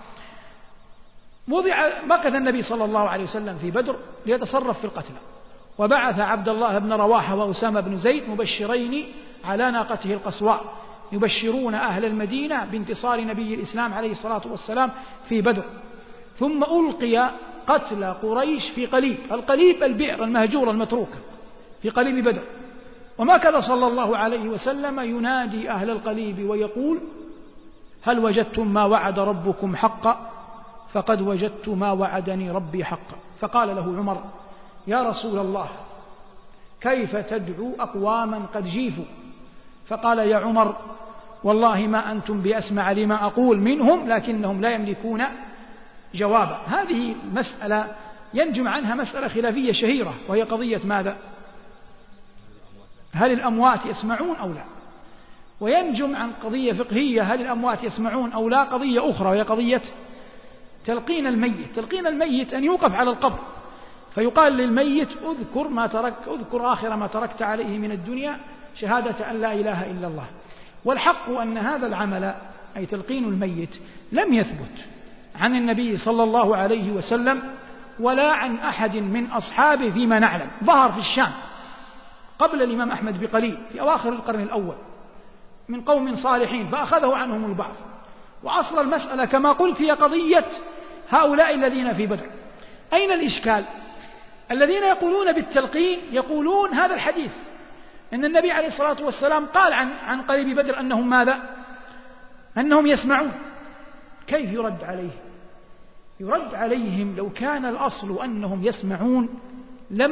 مكث النبي صلى الله عليه وسلم في بدر ليتصرف في القتلى، وبعث عبد الله بن رواحة وأسامة بن زيد مبشرين على ناقته القصواء يبشرون أهل المدينة بانتصار نبي الإسلام عليه الصلاة والسلام في بدر. ثم ألقي قتل قريش في قليب، القليب البئر المهجورة المتروكة في قليب بدر. ومكث صلى الله عليه وسلم ينادي أهل القليب ويقول هل وجدتم ما وعد ربكم حقا؟ فقد وجدت ما وعدني ربي حقا. فقال له عمر يا رسول الله كيف تدعو أقواما قد جيفوا؟ فقال يا عمر والله ما أنتم بأسمع لما أقول منهم لكنهم لا يملكون جوابا. هذه مسألة ينجم عنها مسألة خلافية شهيرة، وهي قضية ماذا؟ هل الأموات يسمعون أو لا؟ وينجم عن قضية فقهية هل الأموات يسمعون أو لا، قضية أخرى وهي قضية تلقين الميت. تلقين الميت أن يوقف على القبر فيقال للميت اذكر آخر ما تركت عليه من الدنيا شهادة أن لا إله إلا الله. والحق أن هذا العمل أي تلقين الميت لم يثبت عن النبي صلى الله عليه وسلم ولا عن أحد من أصحابه فيما نعلم. ظهر في الشام قبل الإمام أحمد بقليل في أواخر القرن الأول من قوم صالحين فأخذه عنهم البعض. وأصل المسألة كما قلت هي قضية هؤلاء الذين في بدر. أين الإشكال؟ الذين يقولون بالتلقين يقولون هذا الحديث أن النبي عليه الصلاة والسلام قال عن قليب بدر أنهم ماذا؟ أنهم يسمعون، كيف يرد عليه؟ يرد عليهم لو كان الأصل أنهم يسمعون لما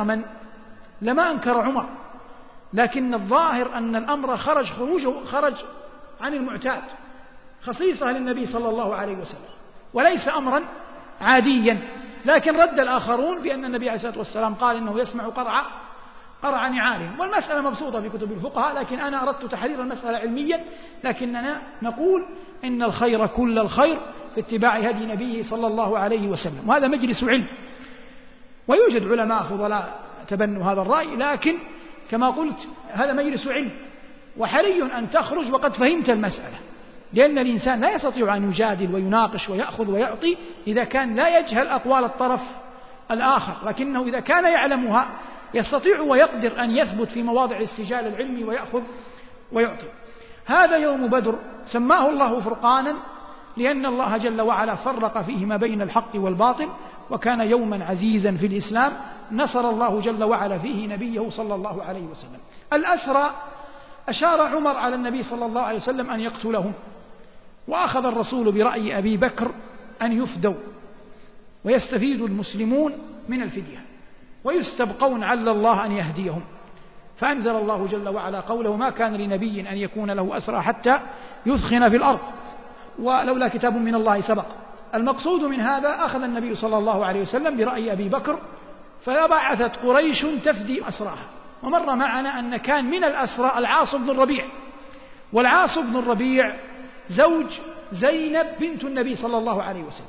أنكر عمر، لكن الظاهر أن الأمر خرج عن المعتاد، خصيصة للنبي صلى الله عليه وسلم، وليس أمرا عاديا. لكن رد الآخرون بأن النبي عليه الصلاة والسلام قال إنه يسمع قرع نعالهم، والمسألة مبسوطة في كتب الفقهاء، لكن أنا أردت تحرير المسألة علميا، لكننا نقول إن الخير كل الخير في اتباع هدي نبيه صلى الله عليه وسلم، وهذا مجلس علم، ويوجد علماء فضلاء تبنوا هذا الرأي، لكن كما قلت هذا مجلس علم، وحري أن تخرج وقد فهمت المسألة، لأن الإنسان لا يستطيع أن يجادل ويناقش ويأخذ ويعطي إذا كان لا يجهل أقوال الطرف الآخر، لكنه إذا كان يعلمها يستطيع ويقدر أن يثبت في مواضع الاستجال العلمي ويأخذ ويعطي. هذا يوم بدر سماه الله فرقانا لأن الله جل وعلا فرق فيه ما بين الحق والباطل، وكان يوما عزيزا في الإسلام نصر الله جل وعلا فيه نبيه صلى الله عليه وسلم. الأسرى أشار عمر على النبي صلى الله عليه وسلم أن يقتلهم، وأخذ الرسول برأي أبي بكر أن يفدوا ويستفيد المسلمون من الفدية ويستبقون على الله أن يهديهم، فأنزل الله جل وعلا قوله: ما كان لنبي أن يكون له أسرى حتى يثخن في الأرض ولولا كتاب من الله سبق. المقصود من هذا أخذ النبي صلى الله عليه وسلم برأي أبي بكر، فبعثت قريش تفدي أسراها. ومر معنا أن كان من الأسرى العاص بن الربيع، والعاص بن الربيع زوج زينب بنت النبي صلى الله عليه وسلم،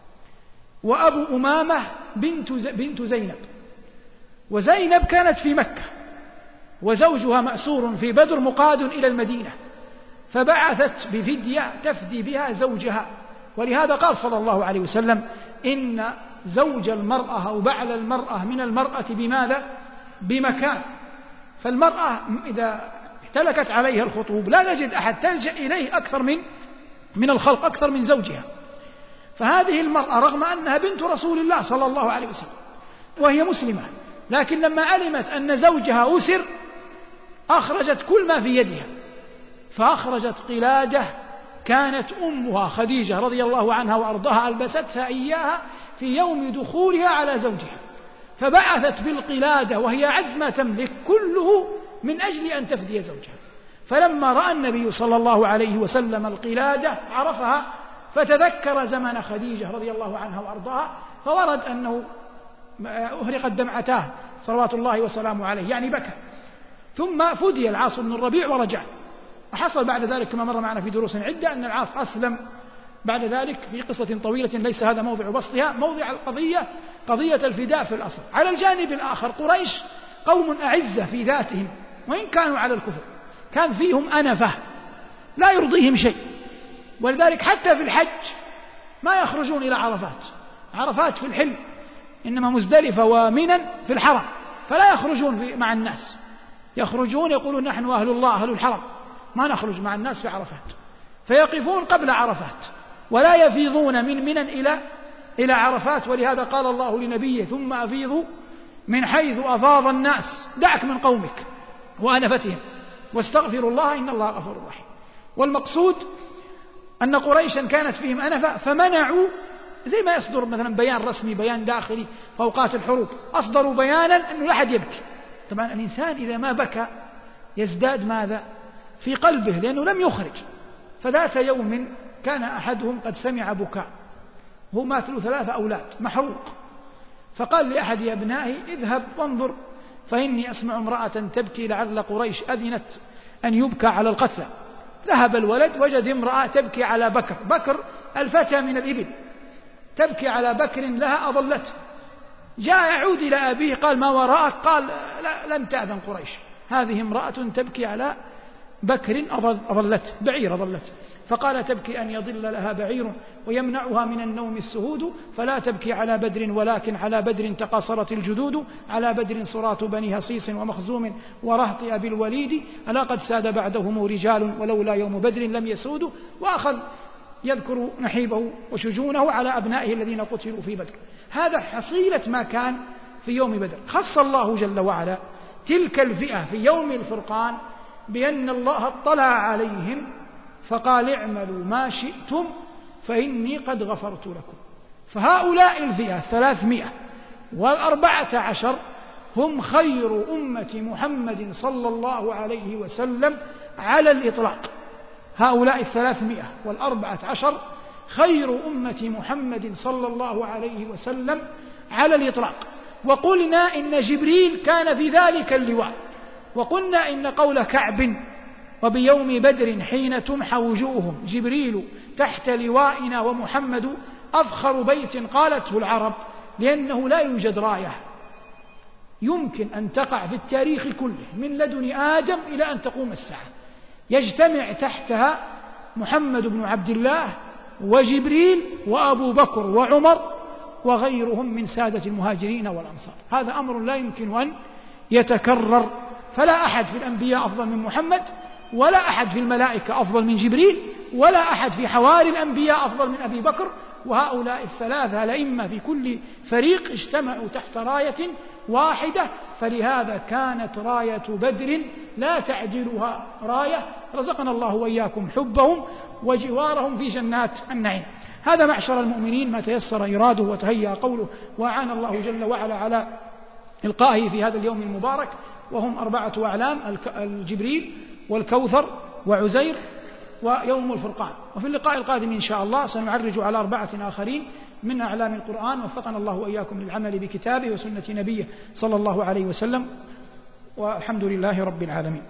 وأبو أمامة بنت زينب، وزينب كانت في مكة، وزوجها مأسور في بدر مقاد إلى المدينة، فبعثت بفدية تفدي بها زوجها. ولهذا قال صلى الله عليه وسلم: إن زوج المرأة أو بعل المرأة من المرأة بماذا؟ بمكان. فالمرأة إذا احتلكت عليها الخطوب لا تجد أحد تلجأ إليه أكثر من الخلق، أكثر من زوجها. فهذه المرأة رغم أنها بنت رسول الله صلى الله عليه وسلم وهي مسلمة، لكن لما علمت أن زوجها أسر أخرجت كل ما في يدها، فأخرجت قلادة كانت أمها خديجة رضي الله عنها وأرضاها ألبستها إياها في يوم دخولها على زوجها، فبعثت بالقلادة وهي أعز ما تملك كله من أجل أن تفدي زوجها. فلما رأى النبي صلى الله عليه وسلم القلادة عرفها، فتذكر زمن خديجة رضي الله عنها وأرضاها، فورد أنه أهرقت دمعتاه صلوات الله وسلامه عليه، يعني بكى. ثم فدي العاص بن الربيع ورجع. وحصل بعد ذلك كما مر معنا في دروس عدة أن العاص أسلم بعد ذلك في قصة طويلة ليس هذا موضع بسطها. موضع القضية قضية الفداء في الأصل. على الجانب الآخر قريش قوم أعزة في ذاتهم وإن كانوا على الكفر، كان فيهم أنفة لا يرضيهم شيء، ولذلك حتى في الحج ما يخرجون إلى عرفات في الحل، إنما مزدلفة ومنى في الحرم، فلا يخرجون مع الناس، يخرجون يقولون نحن أهل الله أهل الحرم، ما نخرج مع الناس في عرفات، فيقفون قبل عرفات ولا يفيضون من منى إلى عرفات. ولهذا قال الله لنبيه: ثم أفيضوا من حيث أفاض الناس، دعك من قومك وأنفتهم واستغفروا الله إن الله غفور رحيم. والمقصود أن قريشا كانت فيهم أنفة، فمنعوا زي ما يصدر مثلا بيان رسمي بيان داخلي فوقات الحروب، أصدروا بيانا أنه لا أحد يبكي. طبعا الإنسان إذا ما بكى يزداد ماذا في قلبه لأنه لم يخرج. فذات يوم كان أحدهم قد سمع بكاء، هو مات له 3 أولاد محروق، فقال لأحد أبنائه: اذهب وانظر فإني أسمع امرأة تبكي لعل قريش أذنت أن يبكى على القتلى. ذهب الولد وجد امرأة تبكي على بكر الفتى من الإبل، تبكي على بكر لها أضلته. جاء يعود إلى أبيه قال: ما وراءك؟ قال: لا لم تأذن قريش، هذه امرأة تبكي على بكر أضلته، بعير أضلته. فقال: تبكي أن يضل لها بعير ويمنعها من النوم السهود، فلا تبكي على بدر ولكن على بدر تقاصرت الجدود، على بدر صرات بني هصيص ومخزوم ورهط أبي الوليد، ألا قد ساد بعدهم رجال ولولا يوم بدر لم يسودوا. وأخذ يذكر نحيبه وشجونه على أبنائه الذين قتلوا في بدر. هذا حصيلة ما كان في يوم بدر. خص الله جل وعلا تلك الفئة في يوم الفرقان بأن الله اطلع عليهم فقال: اعملوا ما شئتم فإني قد غفرت لكم. فهؤلاء الفئة 314 هم خير أمة محمد صلى الله عليه وسلم على الإطلاق. هؤلاء 314 خير أمة محمد صلى الله عليه وسلم على الإطلاق. وقلنا إن جبريل كان في ذلك اللواء، وقلنا إن قول كعب وبيوم بدر حين تمحى وجوههم جبريل تحت لوائنا ومحمد أفخر بيت قالته العرب، لأنه لا يوجد راية يمكن أن تقع في التاريخ كله من لدن آدم إلى أن تقوم الساعة يجتمع تحتها محمد بن عبد الله وجبريل وأبو بكر وعمر وغيرهم من سادة المهاجرين والأنصار. هذا أمر لا يمكن أن يتكرر، فلا أحد في الأنبياء أفضل من محمد، ولا أحد في الملائكة أفضل من جبريل، ولا أحد في حواري الأنبياء أفضل من أبي بكر. وهؤلاء الثلاثة الأئمة في كل فريق اجتمعوا تحت راية واحدة، فلهذا كانت راية بدر لا تعدلها راية. رزقنا الله وإياكم حبهم وجوارهم في جنات النعيم. هذا معشر المؤمنين ما تيسر إراده وتهيأ قوله، وأعان الله جل وعلا على إلقائه في هذا اليوم المبارك، وهم 4 أعلام: الجبريل والكوثر وعزير ويوم الفرقان. وفي اللقاء القادم إن شاء الله سنعرج على 4 آخرين من أعلام القرآن. وفقنا الله وإياكم للعمل بكتابه وسنة نبيه صلى الله عليه وسلم، والحمد لله رب العالمين.